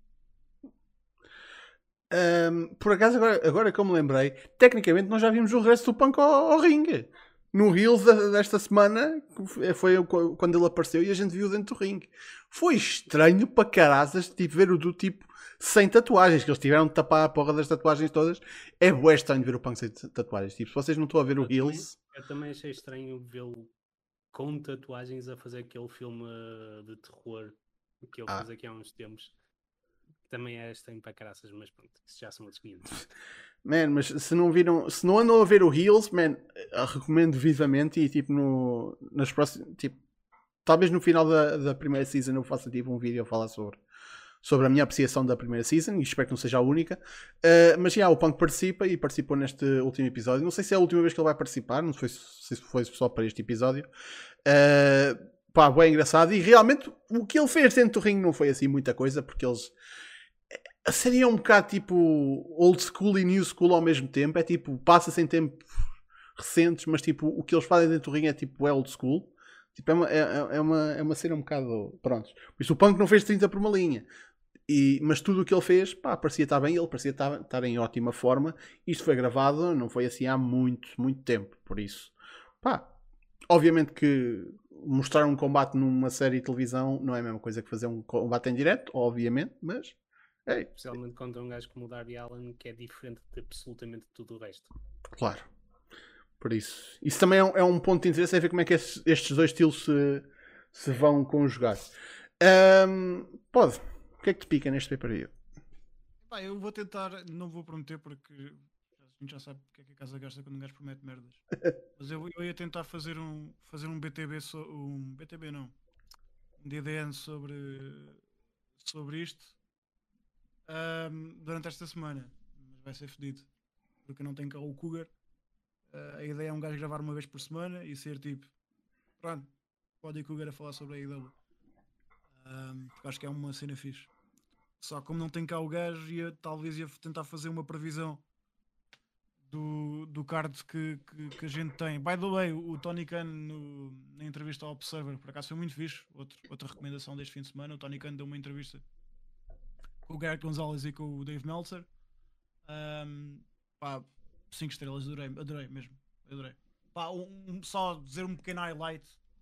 A: Por acaso, agora que eu me lembrei, tecnicamente nós já vimos o regresso do Punk ao ringue. No Heels desta semana, foi quando ele apareceu e a gente viu dentro do ringue. Foi estranho para caraças tipo, ver o do tipo sem tatuagens, que eles tiveram de tapar a porra das tatuagens todas. É bué estranho ver o Punk sem tatuagens. Tipo, se vocês não estão a ver o Heels...
B: Eu também achei estranho vê-lo com tatuagens a fazer aquele filme de terror que ele fez aqui há uns tempos. Também é estranho para caraças, mas pronto, isso já são outros 500.
A: Man, mas se não andam a ver o Heels, man, recomendo vivamente e tipo nas próximas, tipo, talvez no final da primeira season eu faça tipo um vídeo a falar sobre a minha apreciação da primeira season e espero que não seja a única. Mas já, o Punk participa e participou neste último episódio. Não sei se é a última vez que ele vai participar, não sei se foi só para este episódio. Pá, bem engraçado. E realmente o que ele fez dentro do ringue não foi assim muita coisa, porque eles... A série é um bocado tipo old school e new school ao mesmo tempo. É tipo, passa-se em tempos recentes, mas tipo, o que eles fazem dentro do ringue é tipo old school. Tipo, é uma cena um bocado... Pronto. Por isso o Punk não fez 30 por uma linha. Mas tudo o que ele fez, pá, parecia estar bem, ele parecia estar em ótima forma. Isto foi gravado, não foi assim há muito, muito tempo. Por isso, pá, obviamente que mostrar um combate numa série de televisão não é a mesma coisa que fazer um combate em direto, obviamente, mas é,
B: Especialmente contra um gajo como o Darby Allin, que é diferente de absolutamente tudo o resto.
A: claro. Por isso também é um ponto de interesse, é ver como é que estes dois estilos se vão conjugar. Pode. O que é que te pica neste pay-per-view?
D: Pá, eu vou tentar, não vou prometer porque a gente já sabe porque é que a casa gasta quando um gajo promete merdas. Mas eu ia tentar fazer um BTB, um BTB não, um DDN sobre isto durante esta semana. Mas vai ser fedido, porque eu não tenho cá o Cougar. A ideia é um gajo gravar uma vez por semana e ser tipo, pronto, pode ir Cougar a falar sobre a AEW. Porque acho que é uma cena fixe. Só como não tem cá o gajo, talvez ia tentar fazer uma previsão do card que a gente tem. By the way, o Tony Khan na entrevista ao Observer, por acaso foi muito fixe. Outra recomendação deste fim de semana. O Tony Khan deu uma entrevista com o Garrett Gonzalez e com o Dave Meltzer. Pá, 5 estrelas, adorei mesmo. Adorei. Pá, só dizer um pequeno highlight.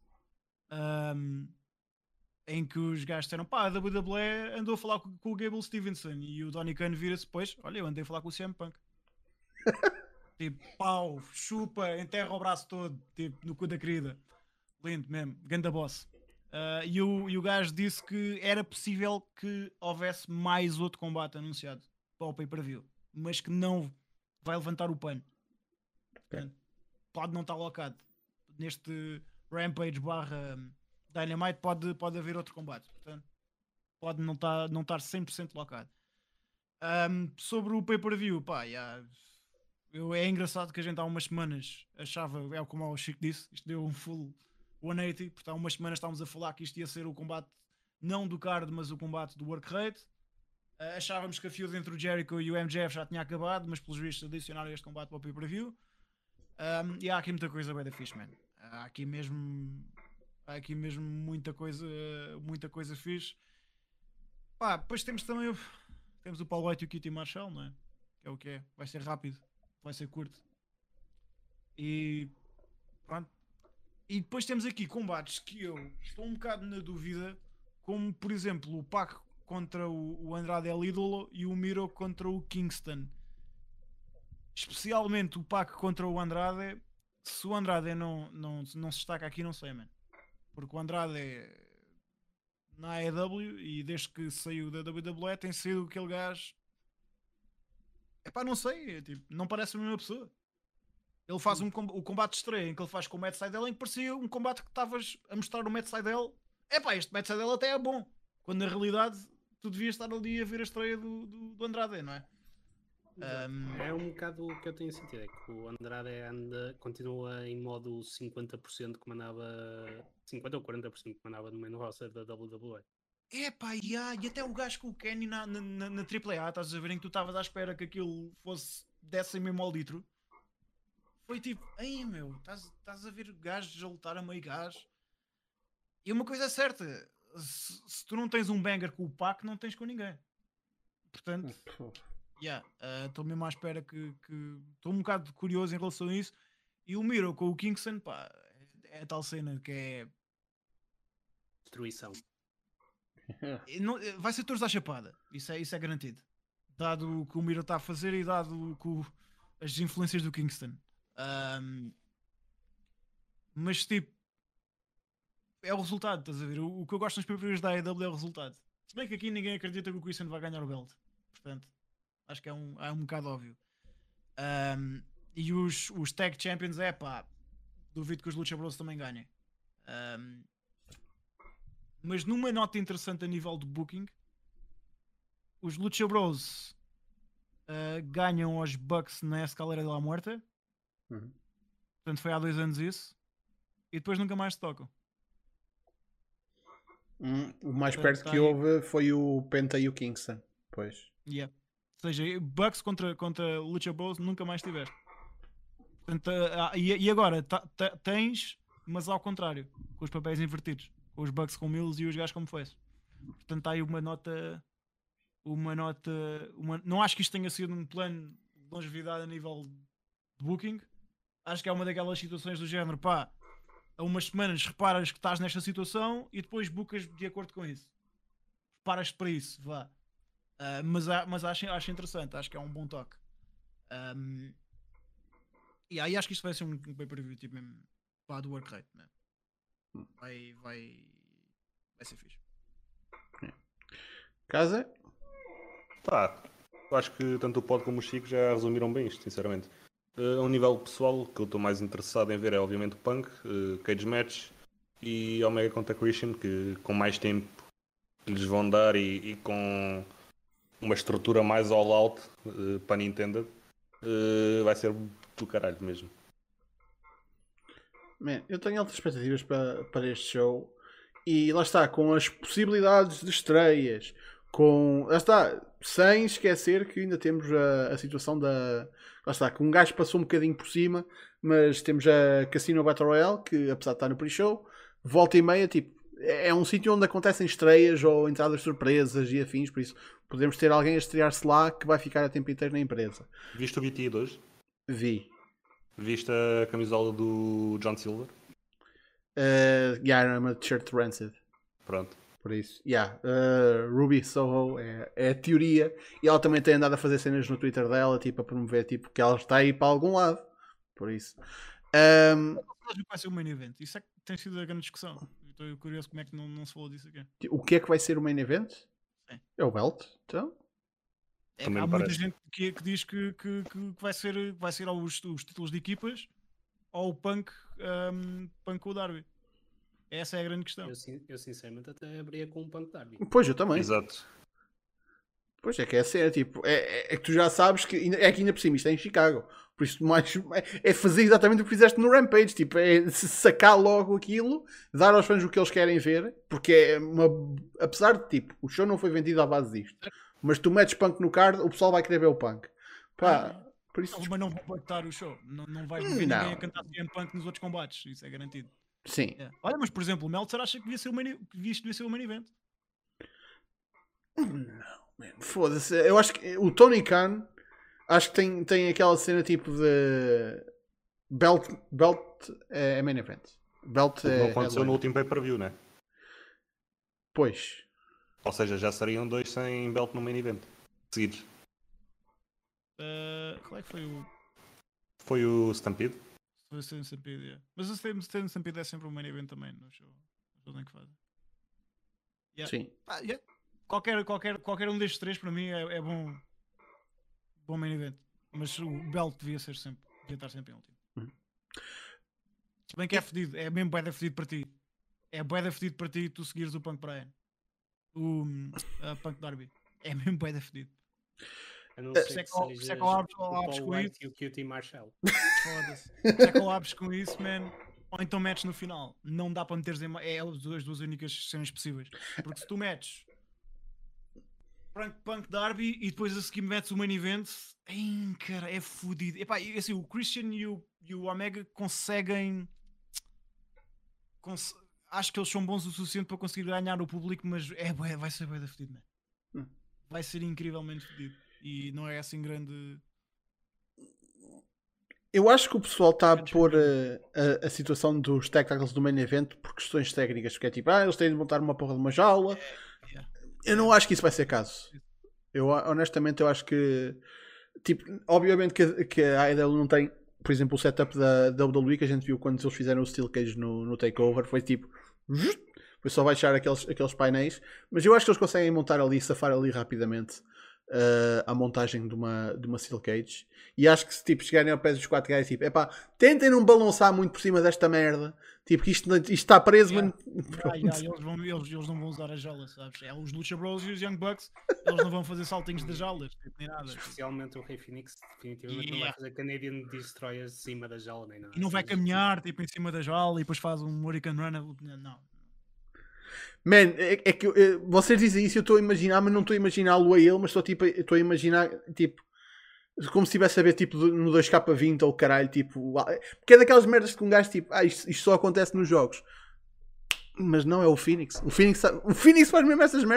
D: Em que os gajos disseram, pá, a WWE andou a falar com o Gable Stevenson e o Tony Khan vira-se depois, olha, eu andei a falar com o CM Punk. Tipo, pau, chupa, enterra o braço todo, tipo, no cu da querida. Lindo mesmo, ganda boss. E o gajo disse que era possível que houvesse mais outro combate anunciado para o pay-per-view, mas que não vai levantar o pano. Portanto, pode não estar locado. Neste Rampage / Dynamite pode haver outro combate. Portanto, pode não estar 100% locado. Sobre o pay-per-view, pá, é engraçado que a gente há umas semanas achava, é como o Chico disse, isto deu um full 180, porque há umas semanas estávamos a falar que isto ia ser o combate não do card, mas o combate do work rate. Achávamos que a feud entre o Jericho e o MJF já tinha acabado, mas pelos vistos adicionaram este combate para o pay-per-view. E há aqui muita coisa bem da fixe, man. Há aqui mesmo muita coisa fixe. Pá, depois temos também o Paul White e o Kitty Marshall, não é? Que é o que é. Vai ser rápido, vai ser curto. E pronto. E depois temos aqui combates que eu estou um bocado na dúvida, como por exemplo o Pac contra o Andrade El Idolo e o Miro contra o Kingston. Especialmente o Pac contra o Andrade. Se o Andrade não se destaca aqui, não sei, mano. Porque o Andrade é na AEW e desde que saiu da WWE tem sido aquele gajo. Epá, não sei, tipo, não parece a mesma pessoa. Ele faz o combate de estreia em que ele faz com o Matt Sydal, em que parecia um combate que estavas a mostrar o Matt Sydal. Epá, este Matt Sydal até é bom. Quando na realidade tu devias estar ali a ver a estreia do Andrade, não é?
B: É um bocado o que eu tenho sentido, é que o Andrade continua em modo 50% que mandava, 50 ou 40% que mandava no main roster da WWE.
D: Epá, e até o gajo com o Kenny na AAA, estás a ver, em que tu estavas à espera que aquilo desse mesmo ao litro. Foi tipo, ei meu, estás a ver gajos a lutar a meio gás. E uma coisa é certa, se tu não tens um banger com o Pac, não tens com ninguém. Portanto, estou mesmo à espera que estou um bocado curioso em relação a isso. E o Miro com o Kingston, pá, é a tal cena que é
B: destruição.
D: Vai ser todos à chapada, isso é garantido, dado o que o Miro está a fazer e dado as influências do Kingston. Mas tipo, é o resultado, estás a ver? O que eu gosto nos pay-per-views da AEW é o resultado. Se bem que aqui ninguém acredita que o Christian vai ganhar o belt, portanto acho que é um bocado óbvio. E os Tag Champions, pá, duvido que os Lucha Bros também ganhem. Mas numa nota interessante a nível de booking, os Lucha Bros ganham aos Bucks na Escalera de la Muerte. Portanto foi há 2 anos isso. E depois nunca mais se tocam.
A: O mais perto que houve foi o Penta e o Kingston. Pois.
D: Yeah. Ou seja, Bucks contra Lucha Bros nunca mais tiveste. Portanto, e agora tens, mas ao contrário, com os papéis invertidos. Os Bucks com Mills e os gajos como Face. Portanto, há aí uma nota uma nota. Não acho que isto tenha sido um plano de longevidade a nível de booking. Acho que é uma daquelas situações do género, pá, a umas semanas reparas que estás nesta situação e depois bookas de acordo com isso. Preparas-te para isso, vá. Mas acho interessante, acho que é um bom toque. E aí acho que isto vai ser um pay-per-view tipo mesmo, pá, do work rate, né? Vai ser fixe.
A: Casa?
C: Pá, eu acho que tanto o Pod como o Chico já resumiram bem isto, sinceramente. A um nível pessoal, o que eu estou mais interessado em ver é obviamente o Punk, Cage Match e Omega contra Christian, que com mais tempo que lhes vão dar e com uma estrutura mais all out, para Nintendo, vai ser do caralho mesmo.
A: Man, eu tenho altas expectativas para este show e lá está, com as possibilidades de estreias, lá está, sem esquecer que ainda temos a situação da. Lá está, que um gajo passou um bocadinho por cima, mas temos a Casino Battle Royale, que apesar de estar no pre-show, volta e meia, tipo, é um sítio onde acontecem estreias ou entradas surpresas e afins, por isso podemos ter alguém a estrear-se lá que vai ficar a tempo inteiro na empresa.
C: Viste o BT hoje?
A: Vi.
C: Viste a camisola do John Silver?
A: Yeah, I'm a shirt rancid.
C: Pronto.
A: Por isso, yeah, Ruby Soho é a teoria e ela também tem andado a fazer cenas no Twitter dela, tipo, a promover tipo, que ela está aí para algum lado. Por isso,
D: Vai ser o main event. Isso é que tem sido a grande discussão. Estou curioso como é que não se falou disso aqui.
A: o que é que vai ser o main event?
D: Sim.
A: É o belt, então.
D: Há muita gente que diz que vai ser os títulos de equipas ou o Punk com o Darby. Essa é a grande questão.
B: Eu sinceramente até abria com um Punk Darby.
A: Pois, eu também.
C: Exato.
A: Pois é que é a cena, tipo, é que tu já sabes que é que ainda por cima isto é em Chicago. Por isso mais é fazer exatamente o que fizeste no Rampage, tipo, é sacar logo aquilo, dar aos fãs o que eles querem ver, porque é apesar de tipo, o show não foi vendido à base disto, mas tu metes Punk no card, o pessoal vai querer ver o Punk. Pá, por isso.
D: Mas não vão pactar o show. Não vais ver ninguém a cantar CM Punk nos outros combates, isso é garantido.
A: Sim.
D: É. Olha, mas por exemplo, o Meltzer acha que isto devia ser o main event.
A: Não, man, foda-se. Eu acho que o Tony Khan acho que tem aquela cena tipo de belt é main event. Belt
C: não aconteceu no último pay-per-view, né?
A: Pois.
C: Ou seja, já seriam 2 sem belt no main event seguidos.
D: Qual é que foi o.
C: Foi o Stampede?
D: Foi o Stampede, yeah. Mas o Stampede é sempre um main event também no show. Não tem que fazer. Yeah.
A: Sim.
D: Yeah. Qualquer um destes três para mim é bom main event. Mas o belt devia estar sempre em último. Se bem que é fedido, é mesmo bué da fedido para ti. É bué da fedido para ti tu seguires o Punk Brian. O Punk Darby. É mesmo bué da fedido.
B: A não ser que seja o Paul White e o QT Marshall.
D: Foda-se. Se é que abres com isso, man. Ou então metes no final. Não dá para meteres é as duas únicas cenas possíveis. Porque se tu metes Punk Darby e depois a seguir metes o main event, cara, é fodido. Epá, assim, o Christian e o Omega conseguem. Acho que eles são bons o suficiente para conseguir ganhar o público, mas vai ser bem da fedido, man. Vai ser incrivelmente fedido. E não é assim grande.
A: Eu acho que o pessoal está a pôr a situação dos tag titles do main event por questões técnicas, porque é tipo, eles têm de montar uma porra de uma jaula. Eu não acho que isso vai ser caso. Eu honestamente eu acho que tipo, obviamente que a AEW não tem, por exemplo, o setup da WWE que a gente viu quando eles fizeram o Steel Cage no Takeover, foi tipo, foi só baixar aqueles painéis, mas eu acho que eles conseguem montar ali, safar ali rapidamente a montagem de uma Steel Cage, e acho que se tipo, chegarem ao pé dos 4 gajos, tipo, tentem não balançar muito por cima desta merda, tipo, que isto está preso, mano.
D: Eles não vão usar as jaulas, sabes? É os Lucha Bros e os Young Bucks, eles não vão fazer saltinhos das jaulas, tipo, nem nada.
B: Especialmente o Rey Phoenix, definitivamente não vai fazer Canadian Destroyer acima da jaula, nem nada.
D: E não vai caminhar, tipo, em cima da jaula e depois faz um Hurricane Run, não.
A: Man, é que vocês dizem isso, eu estou a imaginar, mas não estou a imaginá-lo a ele, mas estou a imaginar, tipo, como se estivesse a ver, tipo, no 2K20 ou caralho, tipo, porque é daquelas merdas que um gajo, tipo, isto só acontece nos jogos. Mas não, é o Phoenix. O Phoenix faz mesmo essas merdas.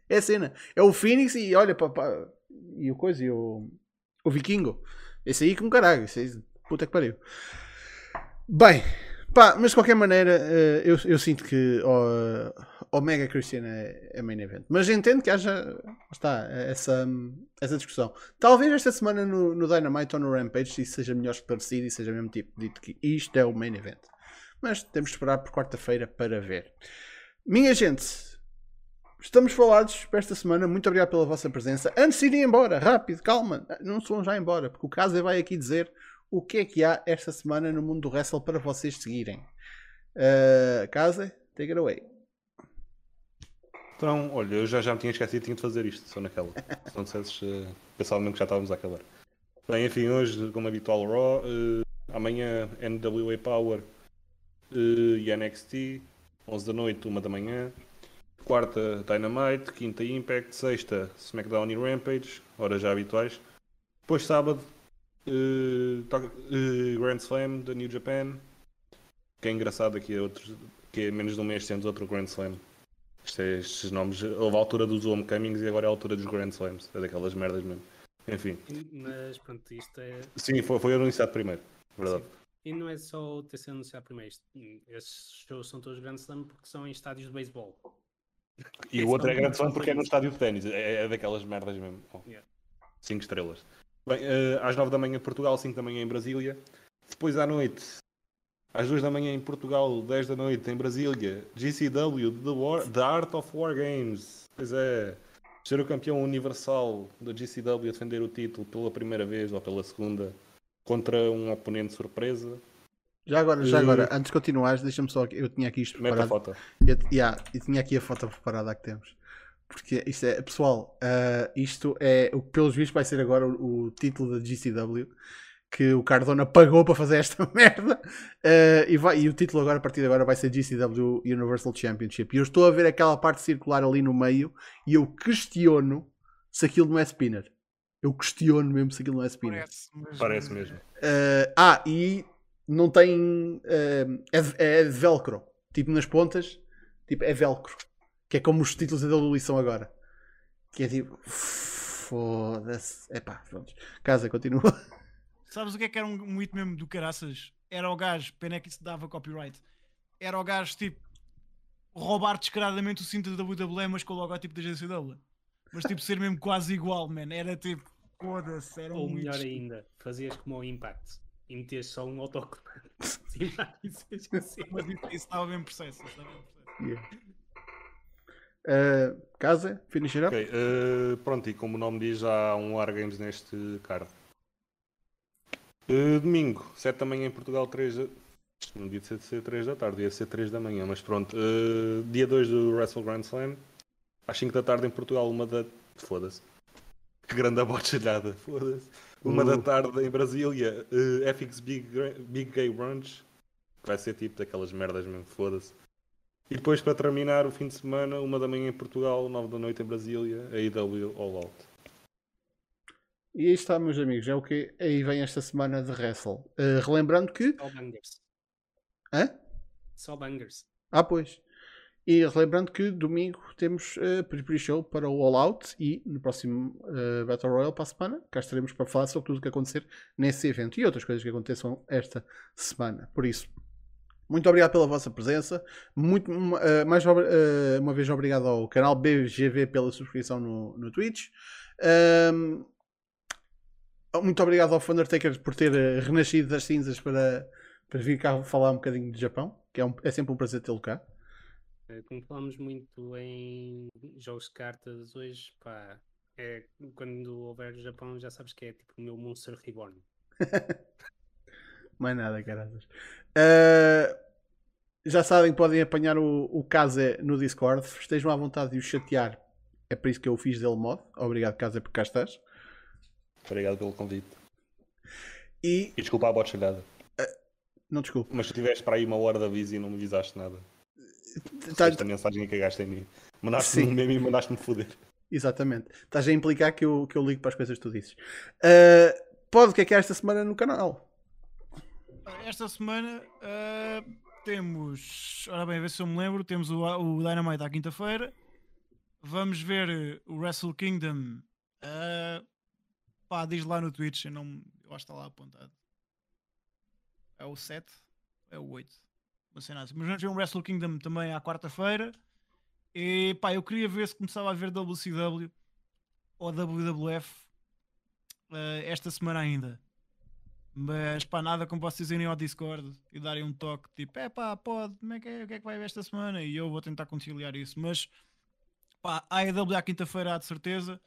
A: É a cena. É o Phoenix e olha, e o coisa, e o Vikingo. Esse aí com caralho. Esse aí, puta que pariu. Bem, pá, mas de qualquer maneira, eu sinto que o Mega Christian é main event. Mas entendo que haja essa discussão. Talvez esta semana no Dynamite ou no Rampage isso seja melhor esclarecido e seja mesmo tipo dito que isto é o main event. Mas temos de esperar por quarta-feira para ver. Minha gente, estamos falados para esta semana. Muito obrigado pela vossa presença. Antes de ir embora, rápido, calma, não se vão já embora, porque o Casa vai aqui dizer o que é que há esta semana no mundo do wrestle para vocês seguirem. Casa, take it away.
C: Então, olha, eu já me tinha esquecido, tinha de fazer isto, só naquela. Se não dissesses, pensava mesmo que já estávamos a acabar. Bem, enfim, hoje, como habitual, Raw. Amanhã, NWA Power e NXT. 11 da noite, 1 da manhã. Quarta, Dynamite. Quinta, Impact. Sexta, SmackDown e Rampage. Horas já habituais. Depois, sábado, Grand Slam da New Japan. Que é engraçado aqui, que é menos de um mês temos outro Grand Slam. Estes nomes, houve a altura dos Homecomings e agora é a altura dos Grand Slams. É daquelas merdas mesmo. Enfim.
B: Mas pronto, isto é.
C: Sim, foi anunciado primeiro. Verdade.
B: Sim. E não é só ter sido anunciado primeiro. Estes shows são todos Grand Slam porque são em estádios de beisebol.
C: E o outro é Grand Slam porque é no estádio de ténis. É daquelas merdas mesmo. 5 estrelas. Bem, às 9 da manhã em Portugal, 5 da manhã em Brasília. Depois à noite, às 2 da manhã em Portugal, 10 da noite em Brasília, GCW, The Art of War Games. Pois é, ser o campeão universal da GCW a defender o título pela primeira vez ou pela segunda contra um oponente surpresa.
A: Já agora, antes de continuares, deixa-me só, eu tinha aqui isto preparado.
C: Meta foto.
A: Eu tinha aqui a foto preparada que temos. Porque isto é, pessoal, isto é, o que pelos vistos vai ser agora o título da GCW. Que o Cardona pagou para fazer esta merda e o título agora, a partir de agora vai ser GCW Universal Championship e eu estou a ver aquela parte circular ali no meio e eu questiono se aquilo não é spinner. Eu questiono mesmo se aquilo não é spinner.
C: Parece mesmo.
A: E não tem é de velcro, tipo nas pontas, tipo é velcro, que é como os títulos da WWE são agora, que é tipo foda-se, pronto. Casa, continua.
D: Sabes o que era um hit mesmo do caraças? Era o gajo, pena que isso dava copyright. Era o gajo, tipo, roubar descaradamente o cinto da WWE, mas com o logotipo da GCW. Mas, tipo, ser mesmo quase igual, man. Era tipo, foda-se, era
B: Ou
D: um
B: melhor
D: hit.
B: ainda, fazias como o Impact e metias só um autocolante.
D: Mas isso estava bem processo.
A: Casa, finish it up.
C: Ok, pronto, e como o nome diz, já há um War Games neste card. Domingo, 7 da manhã em Portugal, 3 da... Não devia ser 3 da tarde, devia ser 3 da manhã, mas pronto. Dia 2 do Wrestle Grand Slam. Às 5 da tarde em Portugal, Foda-se. Que grande abochalhada, foda-se. 1 da tarde em Brasília, FX Big Gay Brunch. Que vai ser tipo daquelas merdas mesmo, foda-se. E depois, para terminar o fim de semana, 1 da manhã em Portugal, 9 da noite em Brasília, AEW All Out.
A: E aí está, meus amigos, é o que aí vem esta semana de Wrestle. Relembrando que...
B: Só bangers.
A: Hã?
B: Só bangers.
A: Pois. E relembrando que domingo temos pre-show para o All Out e no próximo Battle Royale para a semana cá estaremos para falar sobre tudo o que acontecer nesse evento e outras coisas que aconteçam esta semana. Por isso, muito obrigado pela vossa presença. Mais uma vez obrigado ao canal BGV pela subscrição no Twitch. Muito obrigado ao Undertaker por ter renascido das cinzas para vir cá falar um bocadinho de Japão, que é sempre um prazer tê-lo cá.
B: Como falamos muito em jogos de cartas hoje, pá, quando houver o Japão já sabes que é tipo o meu Monster Reborn.
A: Mais nada, caras. Já sabem que podem apanhar o Kaze no Discord. Estejam à vontade de o chatear. É por isso que eu o fiz dele mod. Obrigado, Kaze, por cá estás.
C: Obrigado pelo convite.
A: E
C: desculpa a bochalhada.
A: Não, desculpa.
C: Mas tu estiveste para aí 1 hora de aviso e não me avisaste nada. Esta mensagem que cagaste em mim. Mandaste-me um meme e mandaste-me foder.
A: Exatamente. Estás a implicar que eu ligo para as coisas que tu dizes. O que é esta semana no canal?
D: Esta semana temos... Ora bem, a ver se eu me lembro. Temos o Dynamite à quinta-feira. vamos ver o Wrestle Kingdom. Pá, diz lá no Twitch, eu acho que está lá apontado. É o 7? É o 8? Não sei nada. Mas vamos ver um Wrestle Kingdom também à quarta-feira. E pá, eu queria ver se começava a ver WCW ou WWF esta semana ainda. Mas pá, nada como vocês irem ao Discord e darem um toque tipo, pá, pode, como é que é, o que é que vai haver esta semana? E eu vou tentar conciliar isso. Mas pá, a AEW à quinta-feira há de certeza.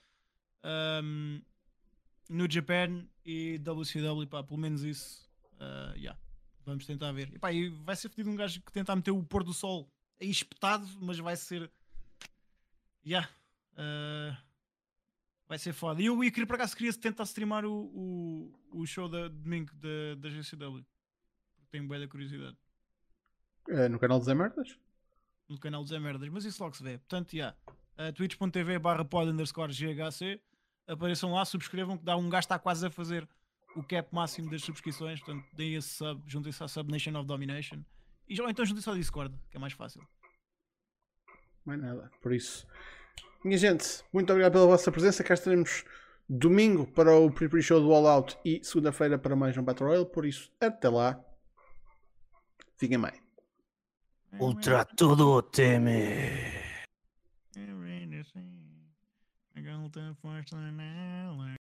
D: No Japan e WCW, pá, pelo menos isso. Yeah. Vamos tentar ver. E, pá, e vai ser fedido um gajo que tentar meter o pôr do sol aí espetado, mas vai ser. Yeah. Vai ser foda. E eu queria para cá se queria tentar streamar o show de domingo da GCW. Porque tenho bem da curiosidade.
A: No canal dos Emerdas?
D: No canal dos Merdas. Mas isso logo se vê. Portanto, yeah. twitch.tv/pod_GHC. Apareçam lá, subscrevam, que dá um gajo está quase a fazer o cap máximo das subscrições. Portanto, deem esse sub, juntem-se à Sub Nation of Domination. Ou então juntem-se ao Discord, que é mais fácil.
A: Não é nada. Por isso, minha gente, muito obrigado pela vossa presença. Cá estaremos domingo para o pre-show do All Out e segunda-feira para mais um Battle Royale. Por isso, até lá. Fiquem bem.
E: Ultra tudo teme.